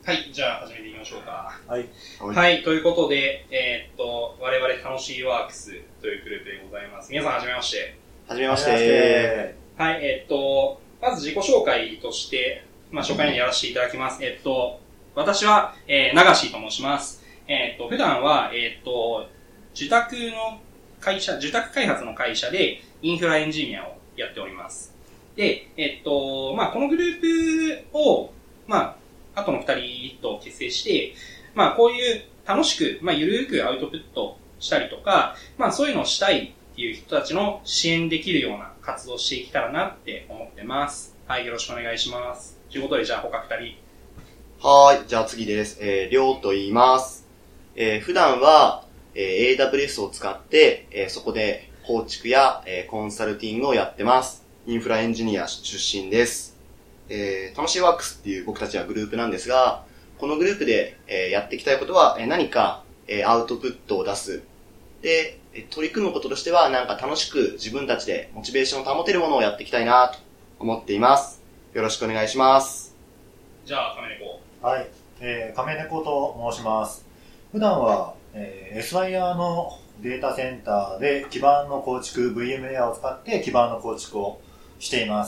はい、じゃあ始めていきましょうか。 はい。 はい、ということで、我々楽しいワークスというグループでございます。皆さんはじめまして。 はじめまして。 はい、まず自己紹介として、初回にやらせていただきます。私は、流しと申します。普段は、受託開発の会社でインフラエンジニアをやっております。で、このグループを、あとの2人と結成して、こういう楽しく、ゆるくアウトプットしたりとか、そういうのをしたいっていう人たちの支援できるような活動をしていけたらなって思ってます。はい、よろしくお願いします。ということで、じゃあ他2人。 はい、じゃあ次です。りょうと言います。普段は、AWS を使って、そこで構築や、コンサルティングをやってます。インフラエンジニア出身です。楽しいワークスっていう僕たちはグループなんですが、このグループで、やっていきたいことは、何か、アウトプットを出す。で、取り組むこととしては、なんか楽しく自分たちでモチベーションを保てるものをやっていきたいなと思っています。よろしくお願いします。 じゃあ、亀猫。 はい、亀猫と申します。普段は、SIR のデータセンターで基盤の構築、VMware を使って基盤の構築をしています。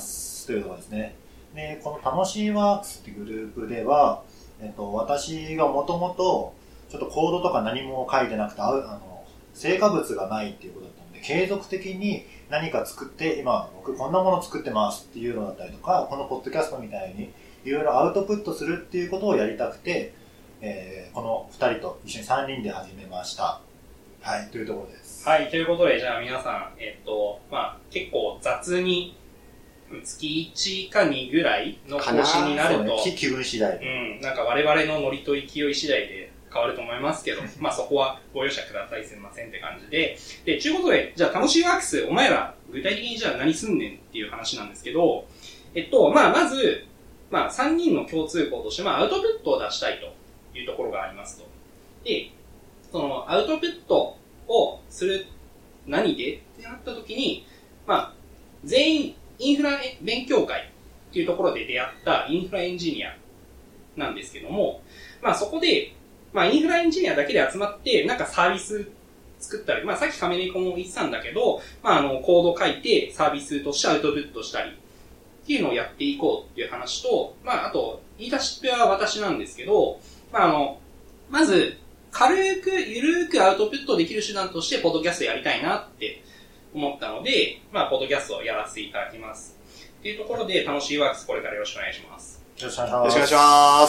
というところですね。で、この楽しいワークスっていうグループでは、私がもともとちょっとコードとか何も書いてなくて、成果物がないっていうことだったので、継続的に何か作って、今僕こんなもの作ってますっていうのだったりとか、このポッドキャストみたいにいろいろアウトプットするっていうことをやりたくて、この2人と一緒に3人で始めました。はい、というところです。 はい、ということで、じゃあ皆さん、結構雑に、月1か2ぐらいの更新になると、 気分次第。 なんか我々のノリと勢い次第で変わると思いますけど、そこはご容赦ください、すいませんって感じで。で、ということで、じゃあ楽しいワークス、お前ら具体的にじゃあ何すんねんっていう話なんですけど、まず、3人の共通項として、アウトプットを出したいというところがありますと。で、そのアウトプットをする何でってなった時に、全員インフラ勉強会っていうところで出会ったインフラエンジニアなんですけども、そこで、インフラエンジニアだけで集まって、なんかサービス作ったり、さっき亀猫も言ってたんだけど、コード書いてサービスとしてアウトプットしたりっていうのをやっていこうっていう話と、あと、言い出しっぺは私なんですけど、まず、軽く、ゆるくアウトプットできる手段として、ポッドキャストやりたいなって思ったので、ポッドキャストをやらせていただきます。っていうところで、楽しいワークス、これからよろしくお願いします。 よろしくお願いします。 よろしくお願いします。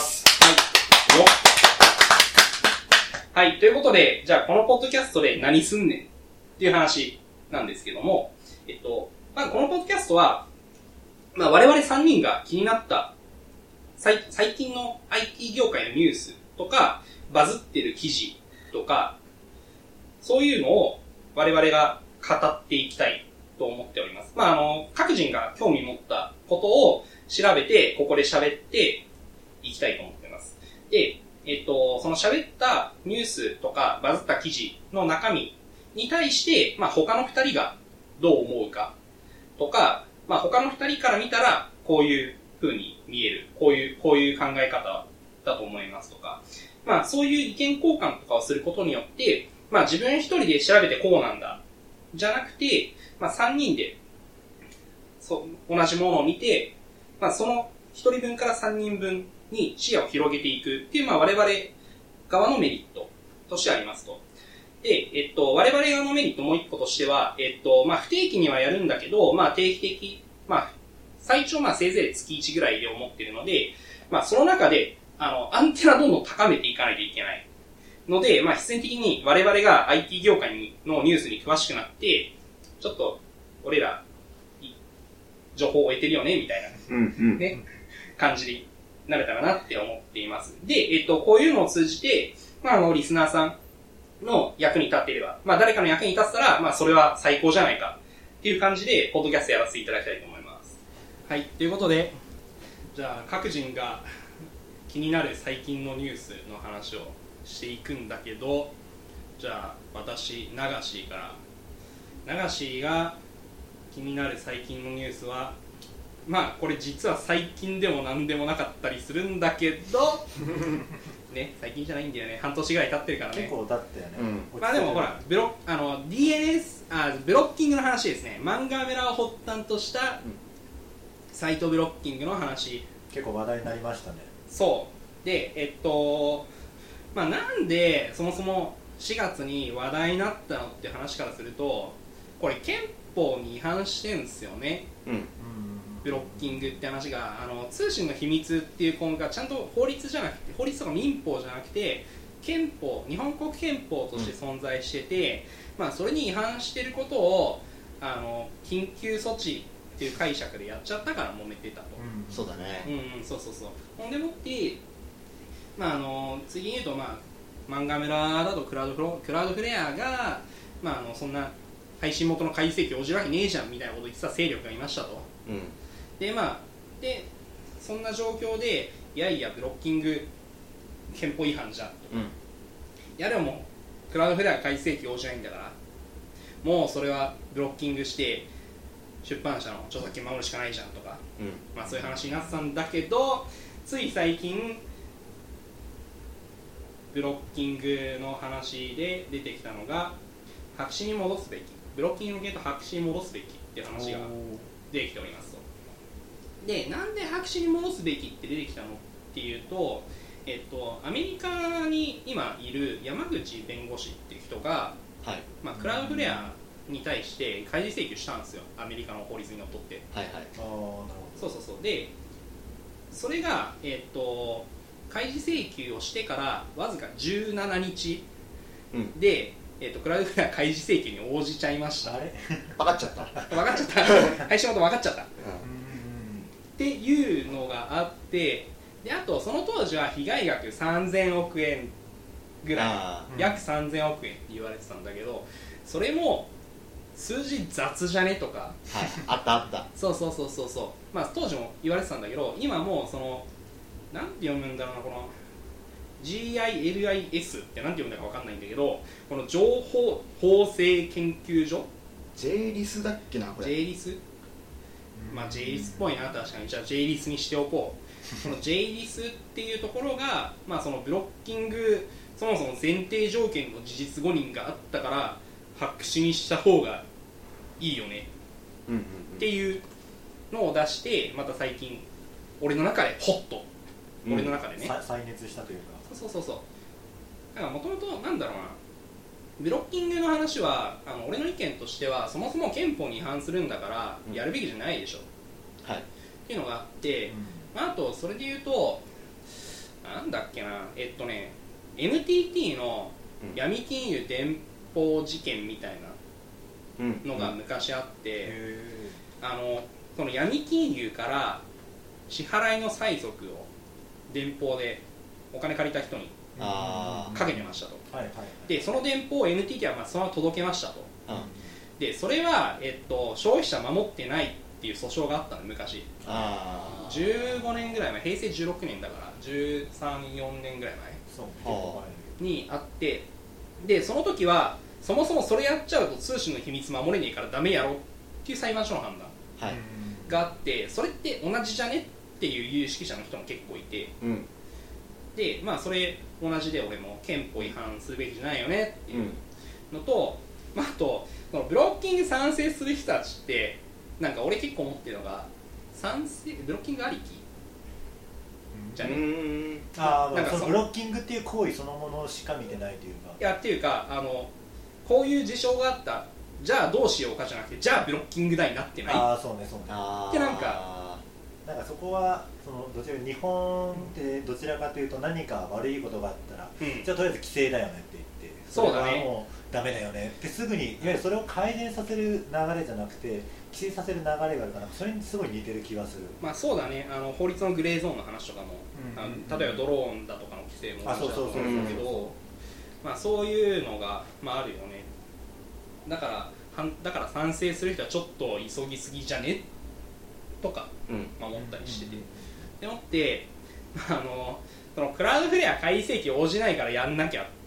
はい。はい。ということで、じゃあ、このポッドキャストで何すんねんっていう話なんですけども、このポッドキャストは、我々3人が気になった、最近の IT 業界のニュースとか、バズってる記事とか、そういうのを我々が語っていきたいと思っております。各人が興味持ったことを調べて、ここで喋っていきたいと思っています。で、その喋ったニュースとかバズった記事の中身に対して、他の2人がどう思うかとか、他の2人から見たらこういう風に見える、こういう考え方だと思いますとか、そういう意見交換とかをすることによって、自分一人で調べてこうなんだじゃなくて、3人で同じものを見て、その1人分から3人分に視野を広げていくっていう、我々側のメリットとしてありますと。で、我々側のメリットもう一個としては、不定期にはやるんだけど、定期的、最長せいぜい月1ぐらいで思っているので、その中で、アンテナどんどん高めていかないといけないので、必然的に我々が IT 業界のニュースに詳しくなって、ちょっと、俺ら、情報を得てるよね、みたいな、ね、感じになれたらなって思っています。で、こういうのを通じて、リスナーさんの役に立っていれば、誰かの役に立ったら、それは最高じゃないか、っていう感じで、ポッドキャストやらせていただきたいと思います。はい、ということで、じゃあ、各人が気になる最近のニュースの話をしていくんだけど、じゃあ、私、流しから、流しが気になる最近のニュースは、 まあこれ実は最近でも何でもなかったりするんだけどね、最近じゃないんだよね、半年ぐらい経ってるからね。 結構経ったよね、 まあでもほらブロッキングの話ですね。漫画メラを発端としたサイトブロッキングの話、 結構話題になりましたね。 そうでまあなんでそもそも4月に話題になったのって話からすると、これ憲法に違反してんですよね、ブロッキングって話が。通信の秘密っていう項目がちゃんと法律じゃなくて、法律とか民法じゃなくて憲法、日本国憲法として存在してて、まあ、それに違反していることを緊急措置っていう解釈でやっちゃったから揉めてたと、 そうだね。 そうそうそう。ほんでもって、まあ、次に言うと、まあ、漫画村だとクラウドフレアが、まあ、そんな配信元の解析応じるわけねえじゃんみたいなことを言ってた勢力がいましたと。でまあそんな状況で、いやいやブロッキング憲法違反じゃんと、やれもうクラウドフレア改正規応じないんだから、もうそれはブロッキングして出版社の著作権守るしかないじゃんとか、まあそういう話になってたんだけど、つい最近ブロッキングの話で出てきたのが、白紙に戻すべき、ブロッキングの件と白紙に戻すべきっていう話が出てきておりますと。で、なんで白紙に戻すべきって出てきたのっていうと、アメリカに今いる山口弁護士っていう人が、まあ、クラウドフレアに対して開示請求したんですよ、アメリカの法律にのっとって。そうそうそう。でそれが、開示請求をしてからわずか17日で、クラウドフレア開示請求に応じちゃいました。 分かっちゃった配信元分かっちゃった、っていうのがあって、であとその当時は被害額3000億円ぐらい、約3000億円って言われてたんだけど、それも数字雑じゃねとか、 あったそう、まあ当時も言われてたんだけど、今もうそのなんて読むんだろうな、この GILIS ってなんて読むんだか分かんないんだけど、この情報法制研究所 JLIS だっけな、これ JLIS、まあ JLIS っぽいな、確かに。じゃあ JLIS にしておこう。この JLIS っていうところが、まあ、そのブロッキングそもそも前提条件の事実誤認があったから白紙にした方がいいよねっていうのを出して、また最近俺の中でホッと、俺の中でね再熱したというか、 そうだからもともとなんだろうな、ブロッキングの話は俺の意見としてはそもそも憲法に違反するんだからやるべきじゃないでしょ、っていうのがあって、あとそれで言うとなんだっけな、NTT の闇金融伝播事件みたいなのが昔あって、その闇金融から支払いの催促を電報でお金借りた人にかけてましたと。でその電報を NTT はそのまま届けましたと。でそれは、消費者守ってないっていう訴訟があったの昔。15年ぐらい前、平成16年だから13、14年ぐらい前にあって、でその時はそもそもそれやっちゃうと通信の秘密守れねえからダメやろっていう裁判所の判断があって、それって同じじゃねっていう有識者の人も結構いて、でまあそれ同じで俺も憲法違反するべきじゃないよねっていうのと、あとそのブロッキング賛成する人たちってなんか俺結構思ってるのが、ブロッキングありきじゃね、 なんかそのブロッキングっていう行為そのものしか見てないというか、 いやっていうかこういう事象があった、じゃあどうしようかじゃなくて、じゃあブロッキングだになってない、 そうねってなんかそこはそのどちら日本ってどちらかというと何か悪いことがあったら、じゃあとりあえず規制だよねって言って、それはもうダメだよねってすぐに、いわゆるそれを改善させる流れじゃなくて規制させる流れがあるから、それにすごい似てる気がする。 そうだね、法律のグレーゾーンの話とかも、例えばドローンだとかの規制もそうだけど、そういうのが、あるよね。だから賛成する人はちょっと急ぎすぎじゃねとか思ったりしてて、でもってそのクラウドフレア開示請求応じないからやんなきゃっ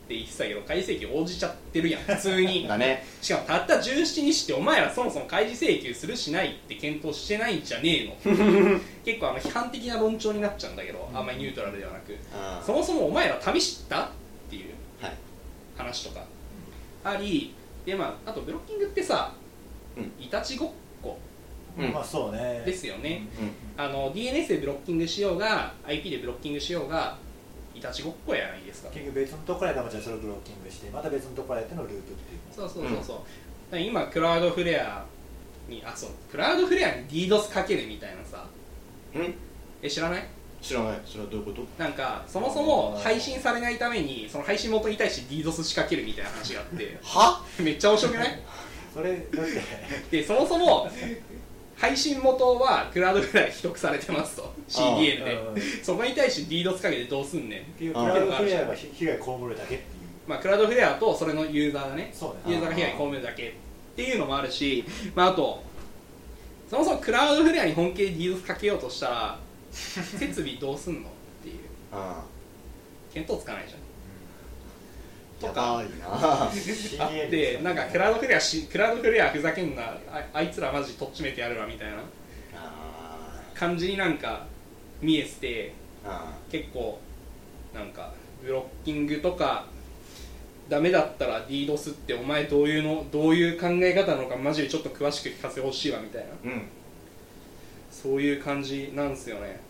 言ってたけど開示請求応じちゃってるやん普通にだね。 しかもたった17日ってお前らそもそも開示請求するしないって検討してないんじゃねえの結構批判的な論調になっちゃうんだけど、あんまりニュートラルではなく、そもそもお前ら試したっていう話とかあり、であとブロッキングってさ、いたちごっこまあそうねですよね、DNS でブロッキングしようが IP でブロッキングしようがいたちごっこやないですか。 結局別のところやったらじゃあそれをブロッキングしてまた別のところやってのループっていう。 そうそうそうそう、だから今クラウドフレアにクラウドフレアに DDoS かけるみたいなさ、知らない？ 知らない。それはどういうこと？ なんかそもそも配信されないためにその配信元に対して DDoS 仕掛けるみたいな話があっては？ めっちゃ面白くない？ それだってでそもそも配信元はクラウドフレアに秘匿されてますと CDN でそこに対して DDoS かけてどうすんねんっていうクラウドフレアが被害被るだけっていう、 クラウドフレアとそれのユーザーがね、 そうね、 ユーザーが被害被るだけっていうのもあるし、あとそもそもクラウドフレアに本気で DDoS かけようとしたら設備どうすんのっていう見当つかないじゃんとかあってなんかクラウドフレアふざけんな あいつらマジとっちめてやるわみたいな感じになんか見えて結構なんかブロッキングとかダメだったら DDoS ってお前どういう考え方なのかマジでちょっと詳しく聞かせてほしいわみたいな、そういう感じなんですよね。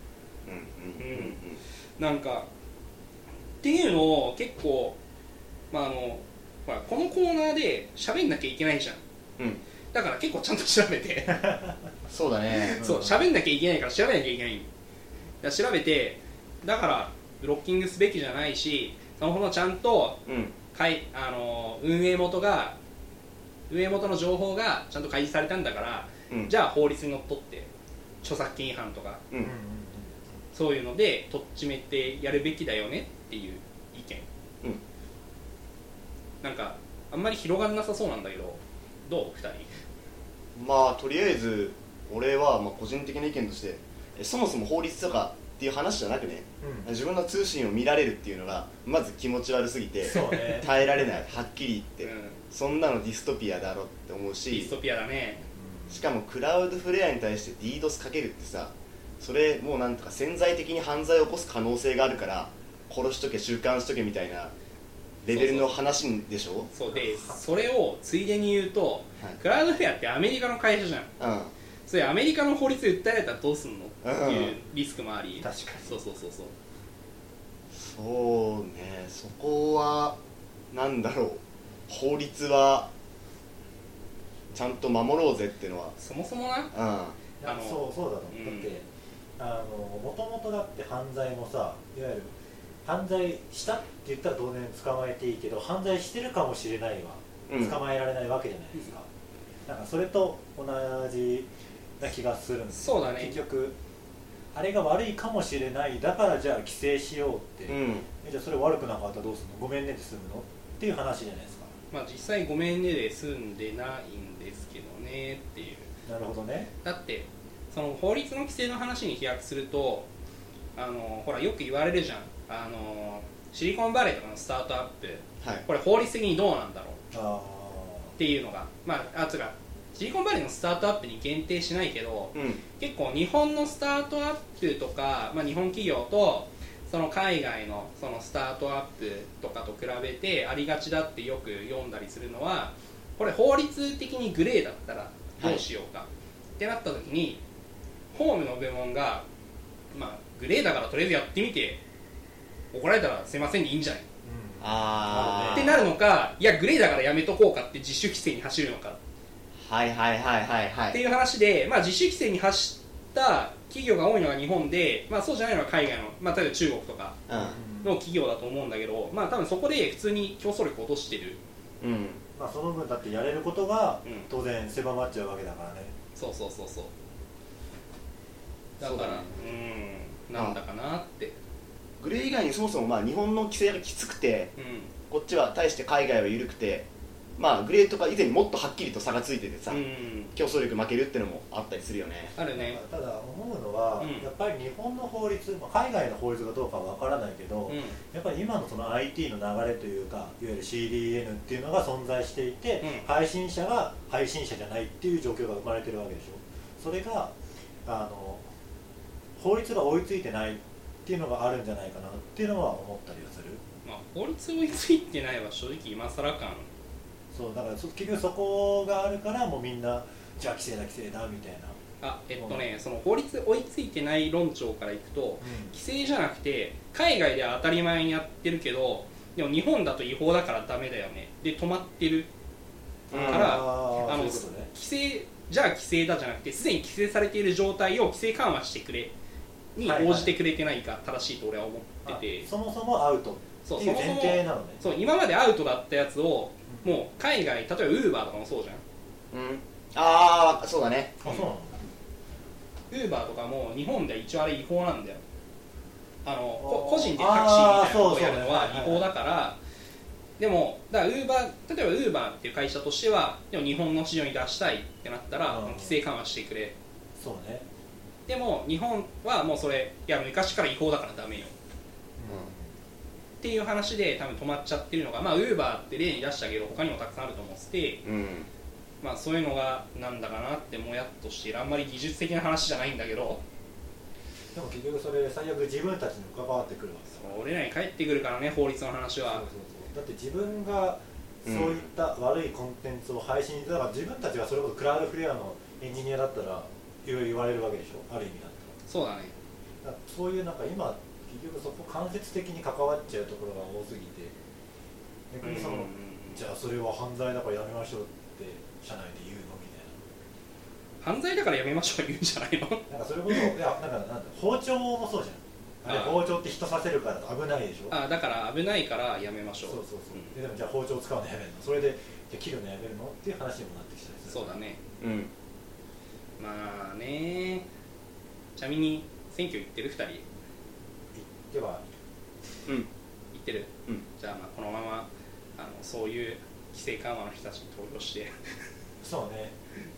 なんかっていうのを結構ほらこのコーナーで喋んなきゃいけないじゃん、だから結構ちゃんと調べてそうだね。 そう喋んなきゃいけないから調べなきゃいけない。調べてだからブロッキングすべきじゃないし、そのほどちゃんと、運営元の情報がちゃんと開示されたんだから、じゃあ法律にのっとって著作権違反とか、そういうのでとっちめてやるべきだよねっていう意見、なんかあんまり広がんなさそうなんだけど、どう2人？ とりあえず俺は個人的な意見としてそもそも法律とかっていう話じゃなくね、自分の通信を見られるっていうのがまず気持ち悪すぎて、耐えられない、はっきり言って、そんなのディストピアだろって思うし、 ディストピアだね。 しかもクラウドフレアに対して DDoS かけるってさ、それもうなんとか潜在的に犯罪を起こす可能性があるから殺しとけ収監しとけみたいなレベルの話でしょ。 そうで、それをついでに言うと、クラウドフレアってアメリカの会社じゃん、それアメリカの法律で訴えられたらどうすんのっていうリスクもあり、 確かにそうね、そこはなんだろう、法律はちゃんと守ろうぜっていうのはそもそもな、 そうだと思う、だってもともとだって犯罪もさ、いわゆる犯罪したって言ったら当然捕まえていいけど、犯罪してるかもしれないは捕まえられないわけじゃないですか、なんかそれと同じな気がするんです。 そうだね。 結局あれが悪いかもしれない、だからじゃあ規制しようって、じゃあそれ悪くなかったらどうするの、ごめんねで済むのっていう話じゃないですか。 実際ごめんねで済んでないんですけどねっていう。 なるほどね。 だってその法律の規制の話に飛躍すると、ほらよく言われるじゃん、シリコンバレーとかのスタートアップ、これ法律的にどうなんだろうっていうのが、シリコンバレーのスタートアップに限定しないけど、結構日本のスタートアップとか、日本企業とその海外のそのスタートアップとかと比べてありがちだってよく読んだりするのは、これ法律的にグレーだったらどうしようか、ってなった時に法務の部門が、グレーだからとりあえずやってみて怒られたらすいませんでいいんじゃない、ってなるのか、いやグレーだからやめとこうかって自主規制に走るのかっていう話で、自主規制に走った企業が多いのが日本で、そうじゃないのは海外の、例えば中国とかの企業だと思うんだけど、多分そこで普通に競争力を落としてる、 その分だってやれることが当然狭まっちゃうわけだからね。 そうだからなんだかなって。 グレー以外にそもそも日本の規制がきつくて、こっちは対して海外は緩くて、グレーとか以前にもっとはっきりと差がついててさ、競争力負けるってのもあったりするよね。 あるね。 ただ思うのは、やっぱり日本の法律、海外の法律がどうかは分からないけど、やっぱぱり今のその IT の流れというか、いわゆる CDN っていうのが存在していて、配信者が配信者じゃないっていう状況が生まれてるわけでしょ。それが法律が追いついてないっていうのがあるんじゃないかなっていうのは思ったりはする。 まあ、法律追いついてないは正直今更感。 そうだから結局そこがあるからもうみんなじゃあ規制だみたいな。 その法律追いついてない論調からいくと、規制じゃなくて海外では当たり前にやってるけどでも日本だと違法だからダメだよねで止まってるから規制じゃあ規制だじゃなくてすでに規制されている状態を規制緩和してくれに応じてくれてないか正しいと俺は思ってて、 そもそもアウトっていう前提なのね。 そう今までアウトだったやつをもう海外例えばウーバーとかもそうじゃん。 そうだね。 そうなの。 ウーバーとかも日本では一応あれ違法なんだよ。個人でタクシーみたいなことをやるのは違法だから。でもだから例えばウーバーっていう会社としてはでも日本の市場に出したいってなったら規制緩和してくれ。 そうね。 でも日本はもうそれいや昔から違法だからダメよ、っていう話で多分止まっちゃってるのが、まあウーバーって例に出したけど他にもたくさんあると思ってて、まあそういうのがなんだかなってもやっとしている。あんまり技術的な話じゃないんだけど、 でも結局それ最悪自分たちに関わってくるわけだ。 俺らに返ってくるからね、法律の話は。 だって自分がそういった悪いコンテンツを配信だから自分たちがそれこそクラウドフレアのエンジニアだったらいろいろ言われるわけでしょ、ある意味だったら。 そうだね。 だからそういうなんか今結局そこ間接的に関わっちゃうところが多すぎて、逆にその、じゃあそれは犯罪だからやめましょうって社内で言うのみたいな。犯罪だからやめましょう言うんじゃないの？ なんかそれこそいやなんか包丁もそうじゃん。あれ包丁って人させるから危ないでしょ。 だから危ないからやめましょう。 そう、でもじゃあ包丁使うのやめるの、それでじゃあ切るのやめるのっていう話にもなってきたりする。 そうだね。まあね。ちなみに選挙行ってる2人？行っては行ってる。じゃあまあこのままそういう規制緩和の人たちに投票してそうね。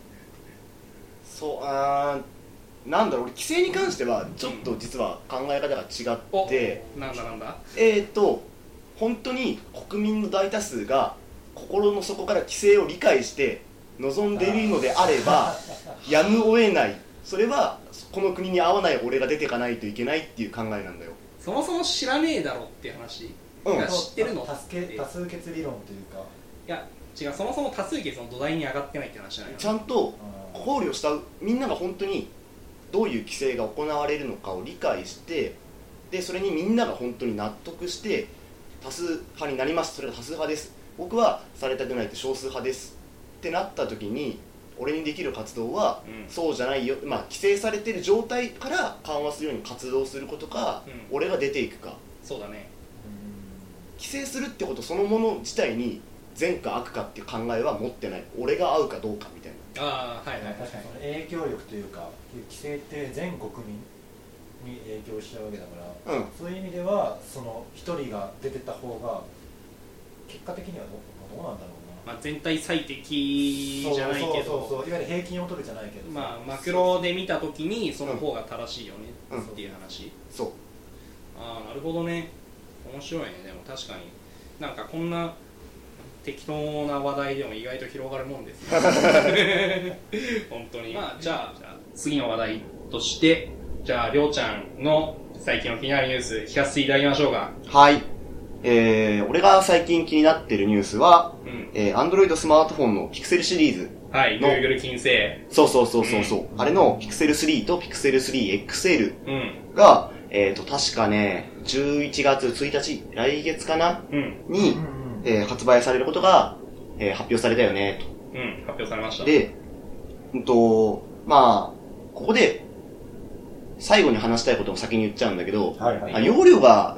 なんだろう、俺規制に関してはちょっと実は考え方が違って、 なんだ本当に国民の大多数が心の底から規制を理解して望んでいるのであればやむを得ない。それはこの国に合わない俺が出ていかないといけないっていう考えなんだよ。 そもそも知らねえだろっていう話。知ってるの？多数決理論というか、 いや違う、そもそも多数決の土台に上がってないって話じゃないの。 ちゃんと考慮したみんなが本当にどういう規制が行われるのかを理解して、でそれにみんなが本当に納得して多数派になります、それが多数派です、僕はされたくないって少数派ですってなった時に俺にできる活動は、そうじゃないよ、規制されてる状態から緩和するように活動することか、俺が出ていくか。 そうだね。 規制するってことそのもの自体に善か悪かっていう考えは持ってない。俺が合うかどうかみたいな。 確かに影響力というか、規制って全国民に影響しちゃうわけだから、そういう意味ではその一人が出てた方が結果的にはどうなんだろうな。 全体最適じゃないけど、 そういわゆる平均を取るじゃないけど、 マクロで見たときにその方が正しいよねっていう話。 そう。 なるほどね。面白いね。でも確かになんかこんな適当な話題でも意外と広がるもんですね本当に。じゃあ次の話題として、じゃありょうちゃんの最近の気になるニュース聞かせていただきましょうか。 はい。俺が最近気になってるニュースは、Android スマートフォンの Pixel シリーズの、 はい、Google 金星。 そう、あれの Pixel 3と Pixel 3 XL が、確かね、11月1日、来月かな、に、発売されることが、発表されたよね、 と。発表されました。 で、ここで、最後に話したいことも先に言っちゃうんだけど、容量が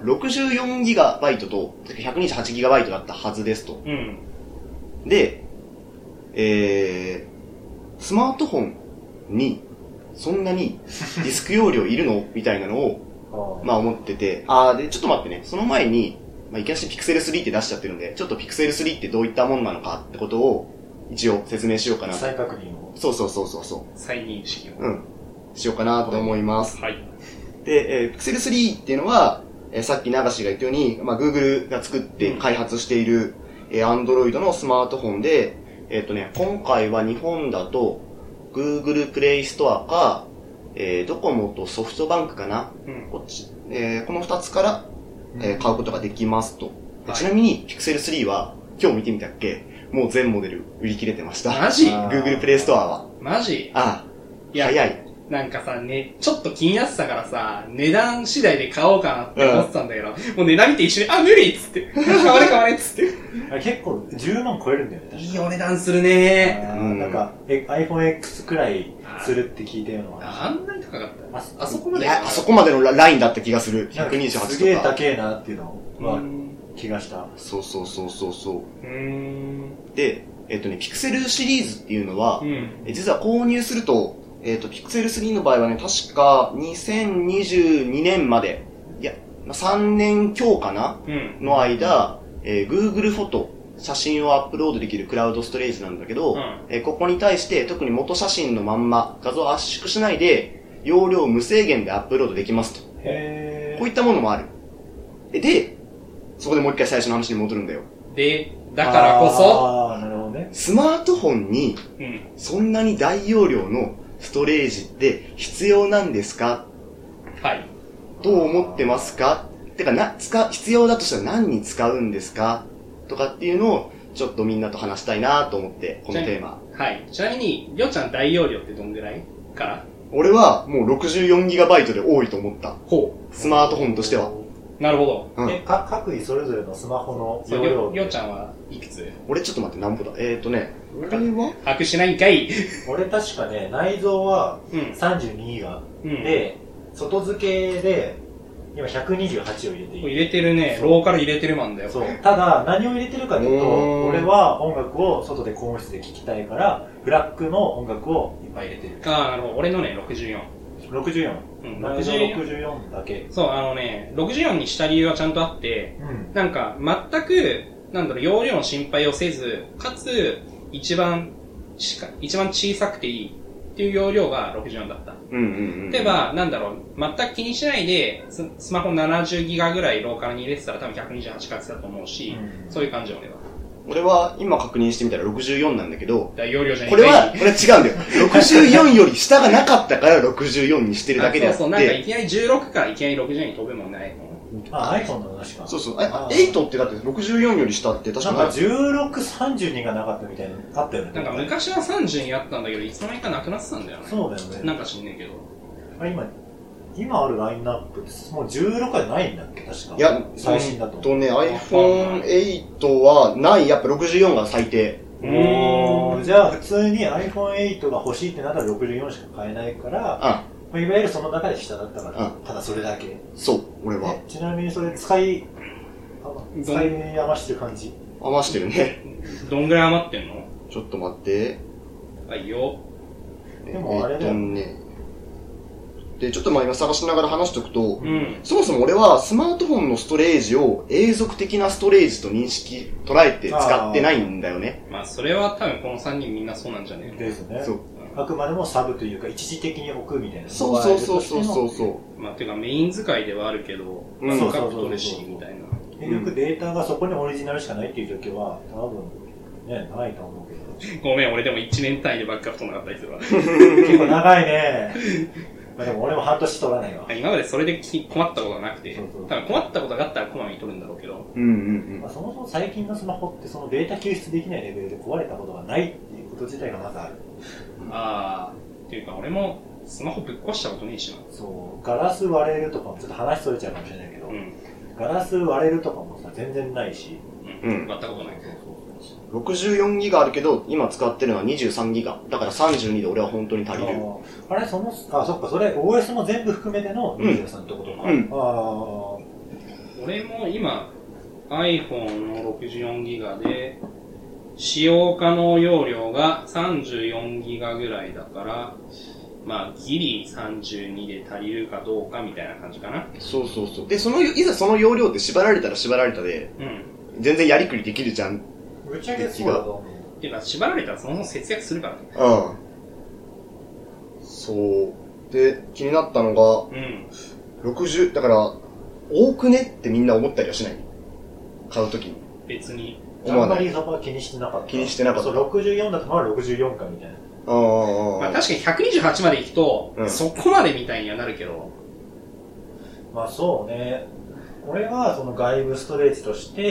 64GB と 128GB だったはずですと。で、スマートフォンにそんなにディスク容量いるのみたいなのを思ってて、でちょっと待ってね、その前に、いきなり Pixel 3って出しちゃってるんで、ちょっと Pixel 3ってどういったものなのかってことを一応説明しようかなと。 再確認を。 そう。 再認識を。 しようかなと思います。 はい。 で、Pixel 3っていうのは、 さっき流しが言ったように、Google が作って開発している、Android のスマートフォンで、今回は日本だと Google プレイストアか、ドコモとソフトバンクかな、こっち、この2つから、買うことができますと。ちなみに Pixel 3は今日見てみたっけ、もう全モデル売り切れてました。 マジ？ Google プレイストアは。 マジ？ ああ。 いや、 早い。 なんかさ、ね、ちょっと気になってたからさ、値段次第で買おうかなって思ってたんだけど、もう値段見て一緒に、あ、無理っつって。買われっつって。 あれ結構10万超えるんだよね。 いいお値段するねなんか、iPhone X くらいするって聞いたような。 あんなに高かったあそこまで。 いや、あそこまでのラインだった気がする。128とか。 すげえ高えなっていうのは気がした。 そう。で、Pixel シリーズっていうのは、実は購入すると、Pixel 3の場合はね、確か2022年まで、いや、3年強かな、の間、Google フォト、写真をアップロードできるクラウドストレージなんだけど、ここに対して特に元写真のまんま画像を圧縮しないで、容量無制限でアップロードできますと。こういったものもある。で、そこでもう一回最初の話に戻るんだよ。 で、だからこそ、 なるほどね、 スマートフォンに、そんなに大容量のストレージって必要なんですか？ はい。 どう思ってますか？てか必要だとしたら何に使うんですか？とかっていうのをちょっとみんなと話したいなと思って、このテーマ。 はい。ちなみに、りょうちゃん大容量ってどんぐらいから？ 俺はもう 64GB で多いと思った。スマートフォンとしては。 なるほど。 各位それぞれのスマホの容量。 りょうちゃんはいくつ？ 俺ちょっと待って、何歩だ？俺は把握しないんかい。 俺確かね、内蔵は32ギガで、外付けで今128を入れている。 入れてるね。ローカル入れてるマンだよ。 そう。ただ、何を入れてるかというと、俺は音楽を外で高音質で聴きたいから、ブラックの音楽をいっぱい入れてる。 ああ、なるほど。俺のね、64。 64。64だけ。 そう、64にした理由はちゃんとあって、なんか、全く、容量の心配をせず、かつ、一番小さくていいっていう容量が64だった。例えば、全く気にしないで、スマホ70ギガぐらいローカルに入れてたら多分128使ってたと思うし、そういう感じ俺は。 俺は今確認してみたら64なんだけど、 容量じゃないこれは違うんだよ。64より下がなかったから64にしてるだけであって。 そう、なんかいきなり16からいきなり64に飛ぶもんないの。 iPhone の話か。 そう。8ってだって64より下って確かに。 なんか16、32がなかったみたいなのあったよね。 なんか昔は32あったんだけど、いつの間にかなくなってたんだよね。そうだよね。なんか知んねえけど。 今あるラインナップってもう16はないんだっけ確か。 いや、 最新だと。 iPhone 8はない、やっぱ64が最低。 じゃあ普通に iPhone 8が欲しいってなったら64しか買えないから、いわゆるその中で下だったから、ただそれだけ。 そう、俺は。 ちなみにそれ使い余してる感じ？ 余してるね。 どんぐらい余ってんの？ ちょっと待って。 はいよ。 でもあれだよね。 で、ちょっと今探しながら話しておくと、そもそも俺はスマートフォンのストレージを永続的なストレージと捉えて使ってないんだよね。 それは多分この3人みんなそうなんじゃねえですね。そう。あくまでもサブというか一時的に置くみたいな。 そう。 ていうかメイン使いではあるけど、バックアップ取るし、みたいな。 結局データがそこにオリジナルしかないっていう時は、多分ね、ないと思うけど。 ごめん、俺でも1年単位でバックアップ取らなかったりするわ。 結構長いね。でも俺も半年取らないわ。 今までそれで困ったことがなくて、多分困ったことがあったらこまめに取るんだろうけど。 そもそも最近のスマホってそのデータ救出できないレベルで壊れたことがないっていうこと自体がまずある。 っていうか俺もスマホぶっ壊したことねえしな。 そう、ガラス割れるとかもちょっと話それちゃうかもしれないけど、ガラス割れるとかもさ、全然ないし。 割ったことない。 64ギガあるけど、今使ってるのは23ギガ。だから32で俺は本当に足りる。 そっか、それ OS も全部含めての23ってことか。 俺も今 iPhone の64ギガで、使用可能容量が34ギガぐらいだから、ギリ32で足りるかどうかみたいな感じかな。そう。 で、いざその容量って縛られたら縛られたで、全然やりくりできるじゃん。 ぶっちゃけそうだと思う。 っていうか、縛られたらそもそも節約するからね。 そう。で、気になったのが、60、だから、 多くねってみんな思ったりはしない？買うときに。 別に。 あんまりそこは気にしてなかった。 気にしてなかった。 そう、64だとまあ64かみたいな。 まあ確かに128まで行くと、そこまでみたいにはなるけど。 まあそうね。俺はその外部ストレージとして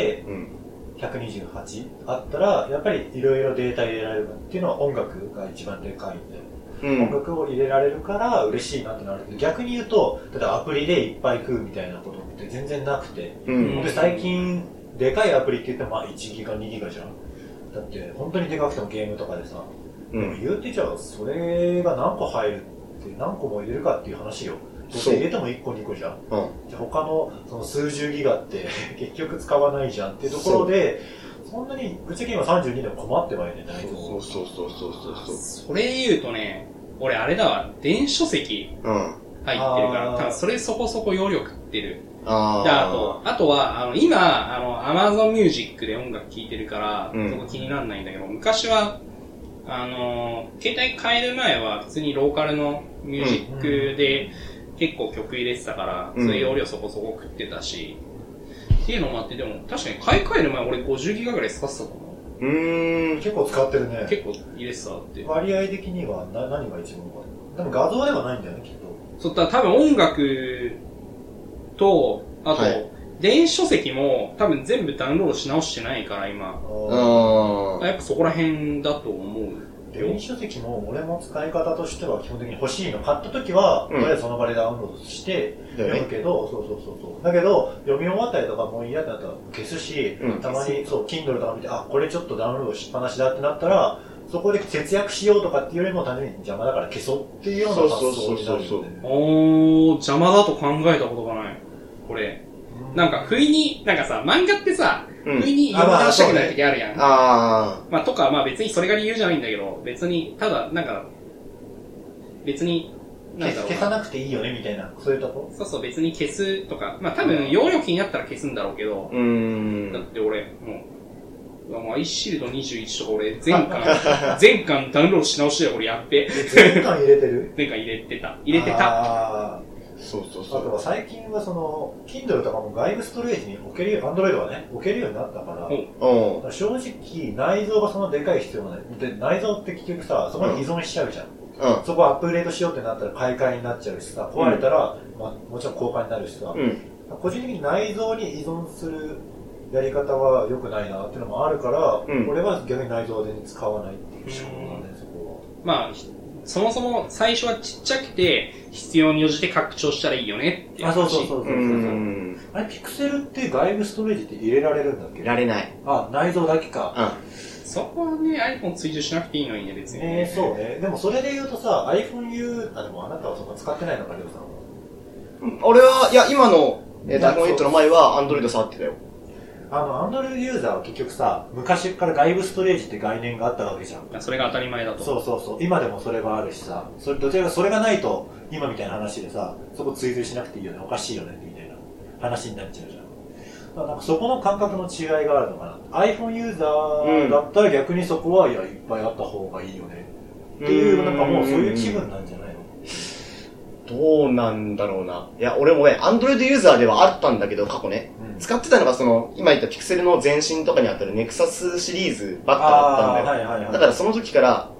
、128あったら、やっぱりいろいろデータ入れられるっていうのは音楽が一番でかいんで。音楽を入れられるから嬉しいなってなるけど、逆に言うと、例えばアプリでいっぱい食うみたいなことって全然なくて、で最近、でかいアプリって言ってもまあ1ギガ、2ギガじゃん。だって本当にでかくてもゲームとかでさ、でも言うてじゃあそれが何個入るって何個も入れるかっていう話よ。どうせ入れても1個2個じゃん。じゃあ他のその数十ギガって結局使わないじゃんっていうところで、そんなにぶっちゃけ今32でも困ってはいねないと思う。 そう。 それ言うとね、俺あれだわ、電子書籍入ってるから、多分それそこそこ容量食ってる。で、あとは、今、Amazon Music で音楽聴いてるから、そこ気にならないんだけど、昔は、携帯変える前は普通にローカルのミュージックで結構曲入れてたから、そういう容量そこそこ食ってたし、っていうのもあって、でも確かに買い替える前俺50ギガぐらい使ってたと思う。 結構使ってるね。 結構入れてたって。 割合的には何が一番か。でも画像ではないんだよね、きっと。 そう、多分音楽と、あと、電子書籍も多分全部ダウンロードし直してないから今。やっぱそこら辺だと思う。 電子書籍も俺も使い方としては基本的に欲しいの買った時は、とりあえずその場でダウンロードして読むけど、そうだけど読み終わったりとかもう嫌だったら消すし、たまにそう Kindle とか見てこれちょっとダウンロードしっぱなしだってなったらそこで節約しようとかっていうよりも単純に邪魔だから消そうっていうような発想になるんで、 邪魔だと考えたことがないこれ。なんか不意になんかさ漫画ってさ不意に読み直したくなる時あるやん。まあとかまあ別にそれが理由じゃないんだけど、別にただなんか別に消さなくていいよねみたいな、そういうとこ。 そう別に消すとか、まあ多分容量気になったら消すんだろうけど、だって俺もうアイシールド21とか俺全巻ダウンロードし直して俺やって全巻入れてる。 全巻入れてた。 そうあとは最近はその Kindle とかも外部ストレージに置けるよ、Android はね置けるようになったから、正直内蔵がそんなでかい必要がない。で内蔵って結局さそこに依存しちゃうじゃん。そこアップグレードしようってなったら買い替えになっちゃうしさ、壊れたら、もちろん交換になるしさ、個人的に内蔵に依存するやり方は良くないなっていうのもあるから、俺は逆に内蔵で使わないっていう思考なんで、そこは。 まあそもそも最初はちっちゃくて必要に応じて拡張したらいいよねっていう話。 そう。あれピクセルって外部ストレージって入れられるんだっけ？ 入れられない。 内蔵だけか。 そこはね iPhone 追従しなくていいのにね別に。 そうね。でもそれで言うとさ iPhone U でもあなたはそんな使ってないのかりょうさんは。 俺はいや今のiPhone 8の前は Android 触ってたよ。 Android ユーザーは結局さ、昔から外部ストレージって概念があったわけじゃん。 それが当たり前だと。 そう。今でもそれがあるしさ、どちらかそれがないと、今みたいな話でさ、そこ追随しなくていいよね、おかしいよね、みたいな話になっちゃうじゃん。なんかそこの感覚の違いがあるのかな。iPhone ユーザーだったら逆にそこは、いっぱいあった方がいいよね。っていう、なんかもうそういう気分なんじゃないの？ どうなんだろうな。いや、俺もね、Android ユーザーではあったんだけど、過去ね。使ってたのが今言ったピクセルの前身とかにあったるネクサスシリーズばっかだったんだよ。だからその時から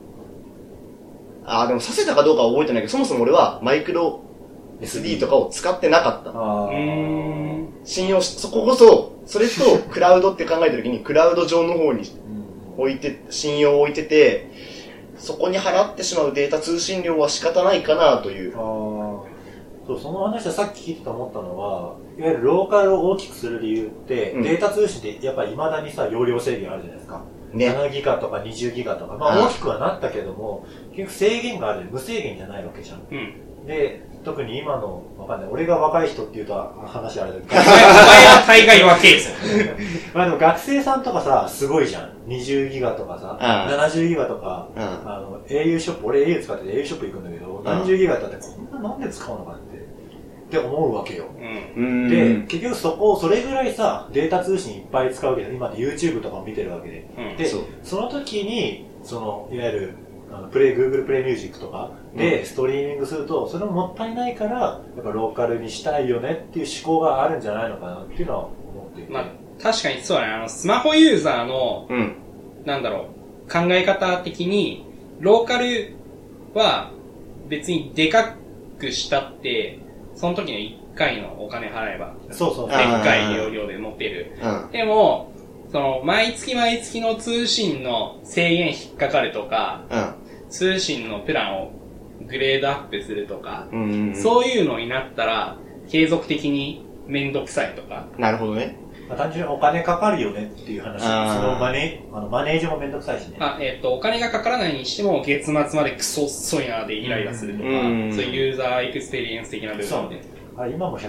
、でもさせたかどうかは覚えてないけど、そもそも俺はマイクロ SD とかを使ってなかった。信用し、そここそ、それとクラウドって考えた時に、クラウド上の方に信用を置いてて、そこに払ってしまうデータ通信量は仕方ないかなという。 そう、その話はさっき聞いてて思ったのは、いわゆるローカルを大きくする理由って、データ通信ってやっぱり未だにさ、容量制限あるじゃないですか。7ギガとか20ギガとか、まあ大きくはなったけども、結局制限がある、無制限じゃないわけじゃん。で、特に今の、わかんない。俺が若い人って言うと話あれだけど。お前は大概若いですよ。 まあでも学生さんとかさ、すごいじゃん。20ギガとかさ、70ギガとか、au ショップ、俺 au 使ってて au ショップ行くんだけど、何十ギガだってこんななんで使うのかって思うわけよ。で、結局それぐらいさ、データ通信いっぱい使うけど、今って YouTube とかも見てるわけで。で、その時に、いわゆる、Google プレイミュージックとかでストリーミングすると、それももったいないから、やっぱローカルにしたいよねっていう思考があるんじゃないのかなっていうのは思っていて。 まあ、確かにそうだね。スマホユーザーの、なんだろう、考え方的に、ローカルは別にでかくしたって、その時の1回のお金払えば、 そう。 でっかい容量で持てる。でも、その、毎月毎月の通信の制限引っかかるとか、通信のプランをグレードアップするとか、そういうのになったら、継続的にめんどくさいとか。 なるほどね。 単純にお金かかるよねっていう話。そのマネージもめんどくさいしね。 お金がかからないにしても、月末までクソ遅いなでイライラするとか、そういうユーザーエクスペリエンス的な部分で。 今も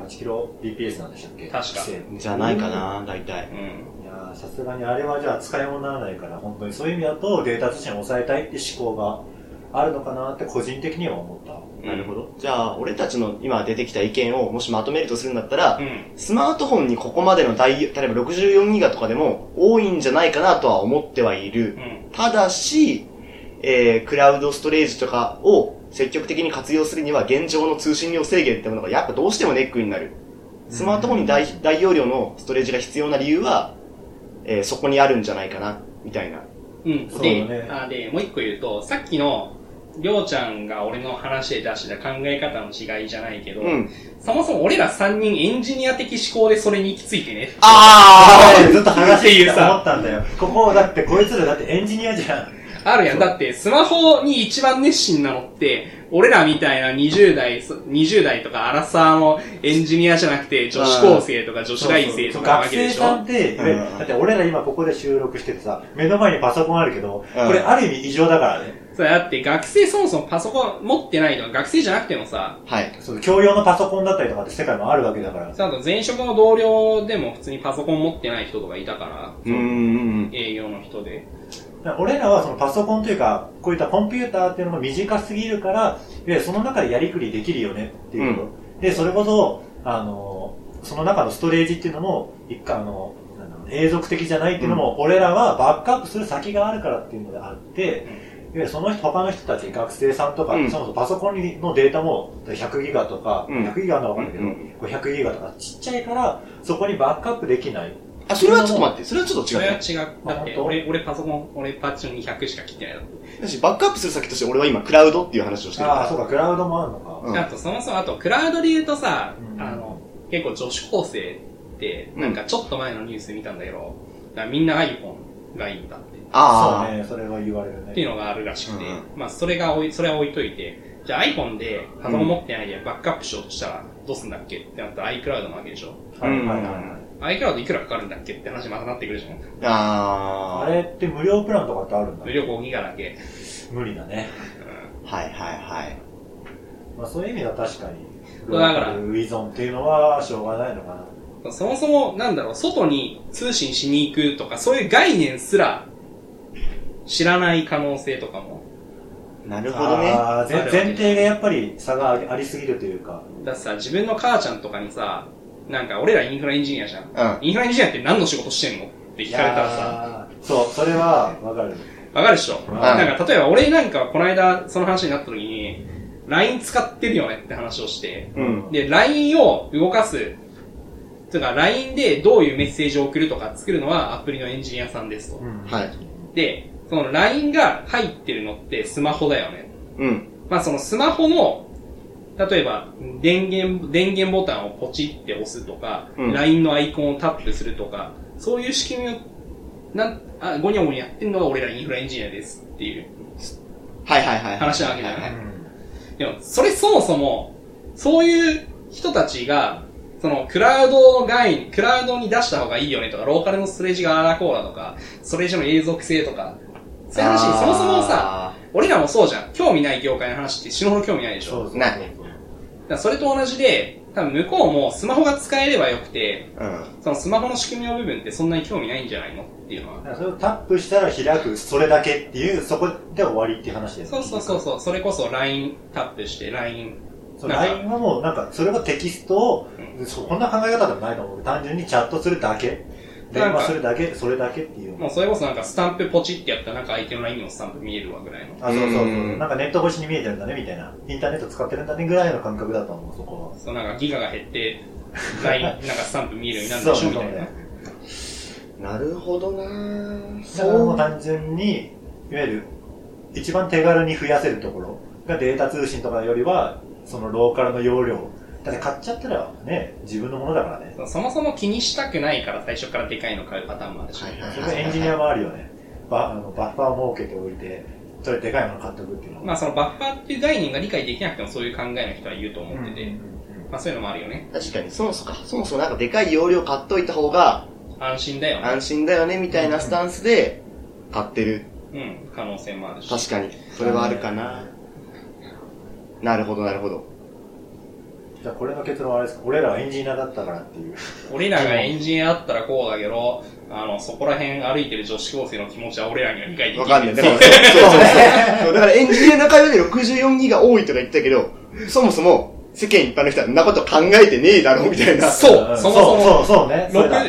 128kbps なんでしたっけ？ 確か。 じゃないかな、大体。 いやさすがにあれはじゃあ使い物にならないから、本当にそういう意味だとデータ通信を抑えたいって思考があるのかなって個人的には思った。 なるほど。じゃあ、俺たちの今出てきた意見をもしまとめるとするんだったら、スマートフォンにここまでの例えば64ギガとかでも多いんじゃないかなとは思ってはいる。ただし、クラウドストレージとかを積極的に活用するには現状の通信量制限ってものがやっぱどうしてもネックになる。スマートフォンに大容量のストレージが必要な理由は、そこにあるんじゃないかな、みたいな。 で、もう一個言うと、さっきの、りょうちゃんが俺の話で出した考え方の違いじゃないけど、そもそも俺ら3人エンジニア的思考でそれに行き着いてね。 ずっと話して思ったんだよ。ここだってこいつらだってエンジニアじゃん。 あるやん。だってスマホに一番熱心なのって、俺らみたいな20代とかアラサーのエンジニアじゃなくて、女子高生とか女子大生とかなわけでしょ。 学生さんって、だって俺ら今ここで収録しててさ、目の前にパソコンあるけど、これある意味異常だからね。 そうだって学生そもそもパソコン持ってないとか、学生じゃなくてもさ、 そう、教養のパソコンだったりとかって世界もあるわけだから。 あと前職の同僚でも普通にパソコン持ってない人とかいたから、営業の人で。 俺らはそのパソコンというか、こういったコンピューターっていうのが短すぎるから、その中でやりくりできるよねっていうこと。で、それこそ、その中のストレージっていうのも、永続的じゃないっていうのも、俺らはバックアップする先があるからっていうのであって、その他の人たち、学生さんとか、そもそもパソコンのデータも100ギガとか、100ギガはわかんないけど、500ギガとかちっちゃいから、そこにバックアップできない。 それはちょっと待って、それはちょっと違う。 それは違う。だって、俺パソコン、俺パッチの200しか切ってないだって。 だし、バックアップする先として俺は今、クラウドっていう話をしてる。 そうか、クラウドもあるのか。 あと、そもそも、あと、クラウドで言うとさ、結構女子高生って、なんかちょっと前のニュース見たんだけど、みんな iPhone がいいんだって。 そうね、それは言われるね。 っていうのがあるらしくて、まあ、それは置いといて、じゃあ iPhone でパソコン持ってないでバックアップしようとしたらどうすんだっけってなったら iCloud なわけでしょ。iCloud いくらかかるんだっけって話またなってくるじゃん。 あれって無料プランとかってあるんだ。 無料5ギガだけ。 無理だね。 はいはいはい。 まあそういう意味では確かに、ローカル依存っていうのはしょうがないのかな。 そもそも、なんだろう、外に通信しに行くとか、そういう概念すら知らない可能性とかも。 なるほどね。 前提がやっぱり差がありすぎるというか。 だってさ、自分の母ちゃんとかにさ、なんか俺らインフラエンジニアじゃん。インフラエンジニアって何の仕事してんのって聞かれたらさ。 そう、それはわかる。 わかるでしょ。なんか例えば俺なんかこの間その話になった時に、LINE 使ってるよねって話をして、で、LINE を動かす、とか LINE でどういうメッセージを送るとか作るのはアプリのエンジニアさんですと。で、その LINE が入ってるのってスマホだよね。まあそのスマホの、例えば電源ボタンをポチって押すとか、LINE のアイコンをタップするとか、そういう仕組みをゴニャゴニャやってるのが俺らインフラエンジニアですっていう話なわけじゃない。でもそれそもそもそういう人たちがそのクラウドに出した方がいいよねとか、ローカルのストレージがあらこうだとか、ストレージの永続性とか、そういう話にそもそもさ、俺らもそうじゃん。興味ない業界の話って死ぬほど興味ないでしょ。 ない。 だからそれと同じで、多分向こうもスマホが使えればよくて、そのスマホの仕組みの部分ってそんなに興味ないんじゃないのっていうのは。 それをタップしたら開く、それだけっていう、そこで終わりっていう話ですね。 そう。それこそ LINE タップして、LINE はもうなんか、それがテキストを、こんな考え方でもないと思う。単純にチャットするだけ。 電話するだけ、それだけっていう。 もうそれこそなんかスタンプポチってやったらなんか相手の LINE にもスタンプ見えるわぐらいの。 あ、そうそうそう。なんかネット越しに見えてるんだねみたいな。インターネット使ってるんだねぐらいの感覚だと思う、そこは。 そうなんかギガが減って、LINE なんかスタンプ見えるようになるんでしょみたいな。 なるほどなぁ。 だからもう単純に、いわゆる一番手軽に増やせるところがデータ通信とかよりは、そのローカルの容量。だって買っちゃったらね、自分のものだからね。 そもそも気にしたくないから最初からでかいの買うパターンもあるし。 それがエンジニアもあるよね。バッファー設けておいて、それでかいもの買っておくっていうのは。 まあそのバッファーっていう概念が理解できなくてもそういう考えの人は言うと思ってて、まあそういうのもあるよね。 確かに、そもそもなんかでかい容量買っといた方が、 安心だよね。 安心だよねみたいなスタンスで買ってる。 可能性もあるし。 確かに。それはあるかな。なるほど、なるほど。 じゃあこれの結論はあれですか？俺らはエンジニアだったからっていう。 俺らがエンジニアだったらこうだけど、そこら辺歩いてる女子高生の気持ちは俺らには理解できない。 わかんない。だからそうだからエンジニアの会話で64ギガ多いとか言ったけど、そもそも世間一般の人はそんなこと考えてねえだろみたいな。 そう、そもそも。 そうね。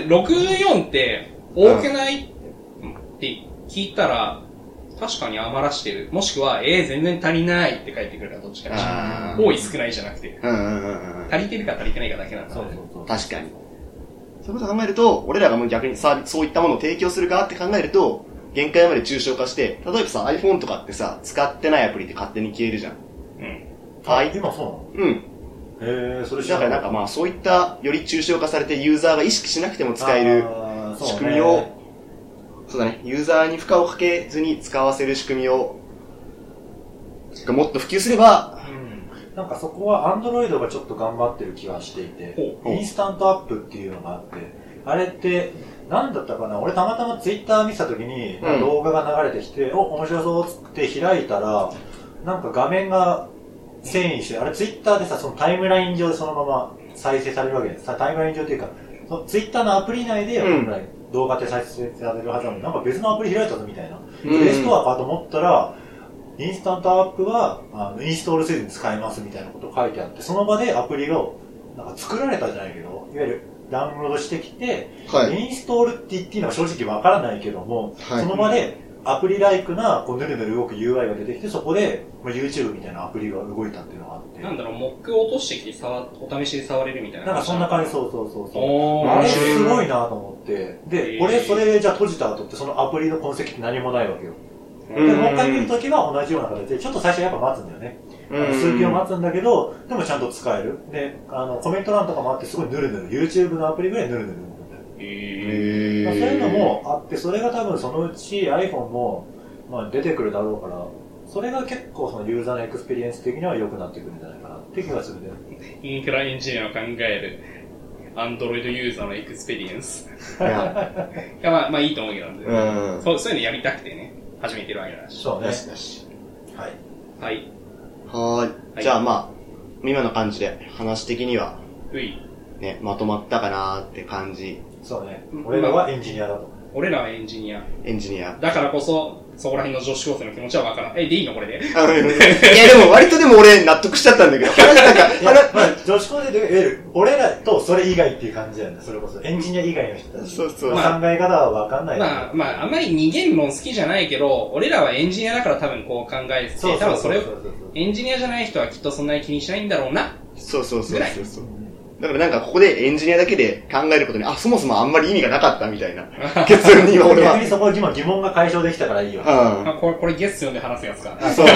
64って多くないって聞いたら、確かに余らしてる。もしくは、全然足りないって返ってくるからどっちかにしら。多い少ないじゃなくて。足りてるか足りてないかだけなんだ。 そう。確かに。そういうことを考えると、俺らがもう逆にそういったものを提供する側って考えると、限界まで抽象化して、例えばさ、iPhone とかってさ、使ってないアプリって勝手に消えるじゃん。 今そうなの？それだからなんかまあそういったより抽象化されてユーザーが意識しなくても使える仕組みを、そうだね、ユーザーに負荷をかけずに使わせる仕組みをもっと普及すれば、 なんかそこは Android がちょっと頑張ってる気がしていて、インスタントアップっていうのがあって、あれって何だったかな、俺たまたま Twitter 見てた時に動画が流れてきて、面白そうって開いたら、なんか画面が遷移して、あれツイッターでさ、そのタイムライン上でそのまま再生されるわけです。タイムライン上っていうか、ツイッターのアプリ内で本来動画って再生されるはずなのに、なんか別のアプリ開いたぞみたいな。プレイストアかと思ったら、インスタントアップはインストールせずに使えますみたいなこと書いてあって、その場でアプリをなんか作られたじゃないけど、いわゆるダウンロードしてきて、インストールって言っていいのは正直わからないけども、その場でアプリライクなこうぬるぬる動く UI が出てきて、そこで YouTube みたいなアプリが動いたっていうのがあって、 なんだろう、モックを落としてきてお試しで触れるみたいな。 なんかそんな感じ、そうあれすごいなと思って、で、俺それじゃあ閉じた後ってそのアプリの痕跡って何もないわけよ。でもう一回見るときは同じような形で、ちょっと最初やっぱ待つんだよね。数秒待つんだけど、でもちゃんと使える。で、コメント欄とかもあってすごいヌルヌル、YouTube のアプリぐらいヌルヌル動くんだよ。そういうのもあって、それが多分そのうち iPhone も、出てくるだろうから、それが結構そのユーザーのエクスペリエンス的には良くなってくるんじゃないかなって気がするね。 インフラエンジニアの考える Android ユーザーのエクスペリエンス。いや、まあいいと思うけど、そういうのやりたくてね、始めてるわけだし。 そうね。 はい。 じゃあまあ、今の感じで話的には、ね、まとまったかなーって感じ。 そうね。俺らはエンジニアだと。 俺らはエンジニア。だからこそ、そこら辺の女子高生の気持ちはわからん。でいいのこれで。いや、 でも割とでも俺納得しちゃったんだけど。 女子高生で、俺らとそれ以外っていう感じだよね。それこそ。エンジニア以外の人たち。考え方はわかんない。 まあ、あんまり二元論好きじゃないけど、俺らはエンジニアだから多分こう考えて、多分それを、エンジニアじゃない人はきっとそんなに気にしないんだろうな。 そう。だからなんかここでエンジニアだけで考えることに、そもそもあんまり意味がなかったみたいな結論に今俺は。 逆にそこ今疑問が解消できたからいいよ。 これゲスト呼んで話すやつか。 そう。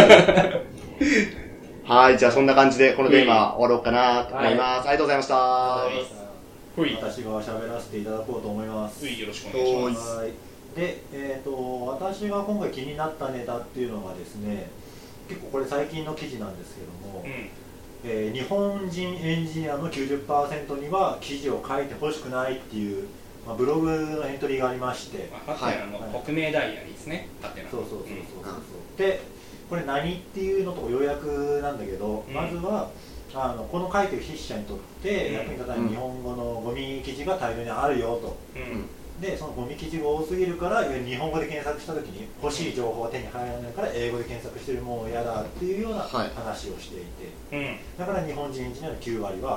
はい、じゃあそんな感じでこのテーマ終わろうかなと思います。ありがとうございました。 私が喋らせていただこうと思います。 よろしくお願いします。 で、私が今回気になったネタっていうのがですね、結構これ最近の記事なんですけども、日本人エンジニアの 90% には記事を書いてほしくないっていう、ブログのエントリーがありまして、 匿名ダイアリーですね。 そう。で、これ何っていうのと要約なんだけど、まずはこの書いてる筆者にとって役に立たない日本語のゴミ記事が大量にあるよと。で、そのゴミ記事が多すぎるから、日本語で検索したときに欲しい情報が手に入らないから英語で検索してるもう嫌だっていうような話をしていて、だから日本人エンジニアの9割は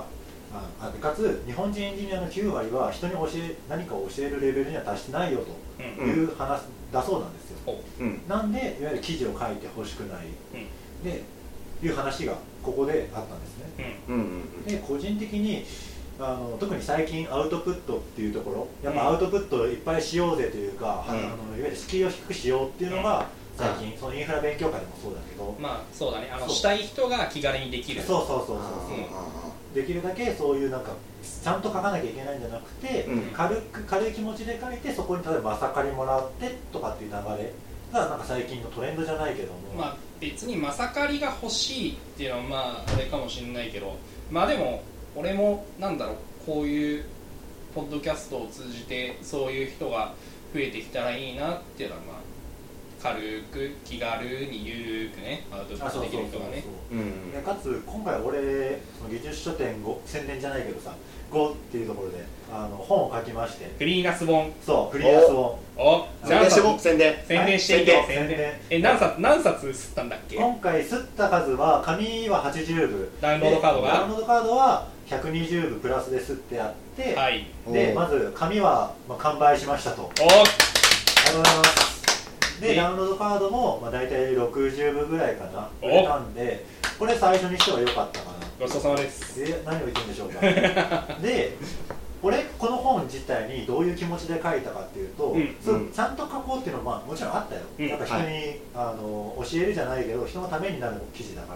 でかつ日本人エンジニアの9割は人に何かを教えるレベルには達してないよという話だそうなんですよ、なんでいわゆる記事を書いてほしくない、でいう話がここであったんですね、で個人的に特に最近アウトプットっていうところやっぱアウトプットをいっぱいしようぜというか、いわゆる敷居を低くしようっていうのが最近、そのインフラ勉強会でもそうだけど、 まあそうだね、したい人が気軽にできる、 できるだけそういうなんかちゃんと書かなきゃいけないんじゃなくて、軽い気持ちで書いて、そこに例えばまさかりもらってとかっていう流れがなんか最近のトレンドじゃないけども、 まあ別にまさかりが欲しいっていうのはまああれかもしれないけど、まあでも俺もなんだろう、こういうポッドキャストを通じてそういう人が増えてきたらいいなっていうのは、まあ軽く気軽にゆるくねアウトプットできる人がね。 でかつ今回俺その技術書店5宣伝じゃないけどさ5っていうところで本を書きまして、 フリーナス本。 そうフリーナス本。 じゃあ宣伝していけ。何冊吸ったんだっけ？ 今回吸った数は紙は80部、 ダウンロードカードは120部プラスで吸ってあって、 はい、 でまず紙は完売しましたと。ありがとうございます。でダウンロードカードも大体60部ぐらいかな売れたんで、これ最初にしては良かったかな。 ごちそうさまです。 何を言ってるんでしょうかで俺この本自体にどういう気持ちで書いたかっていうと、ちゃんと書こうっていうのはもちろんあったよ、やっぱ人に、教えるじゃないけど人のためになる記事だから、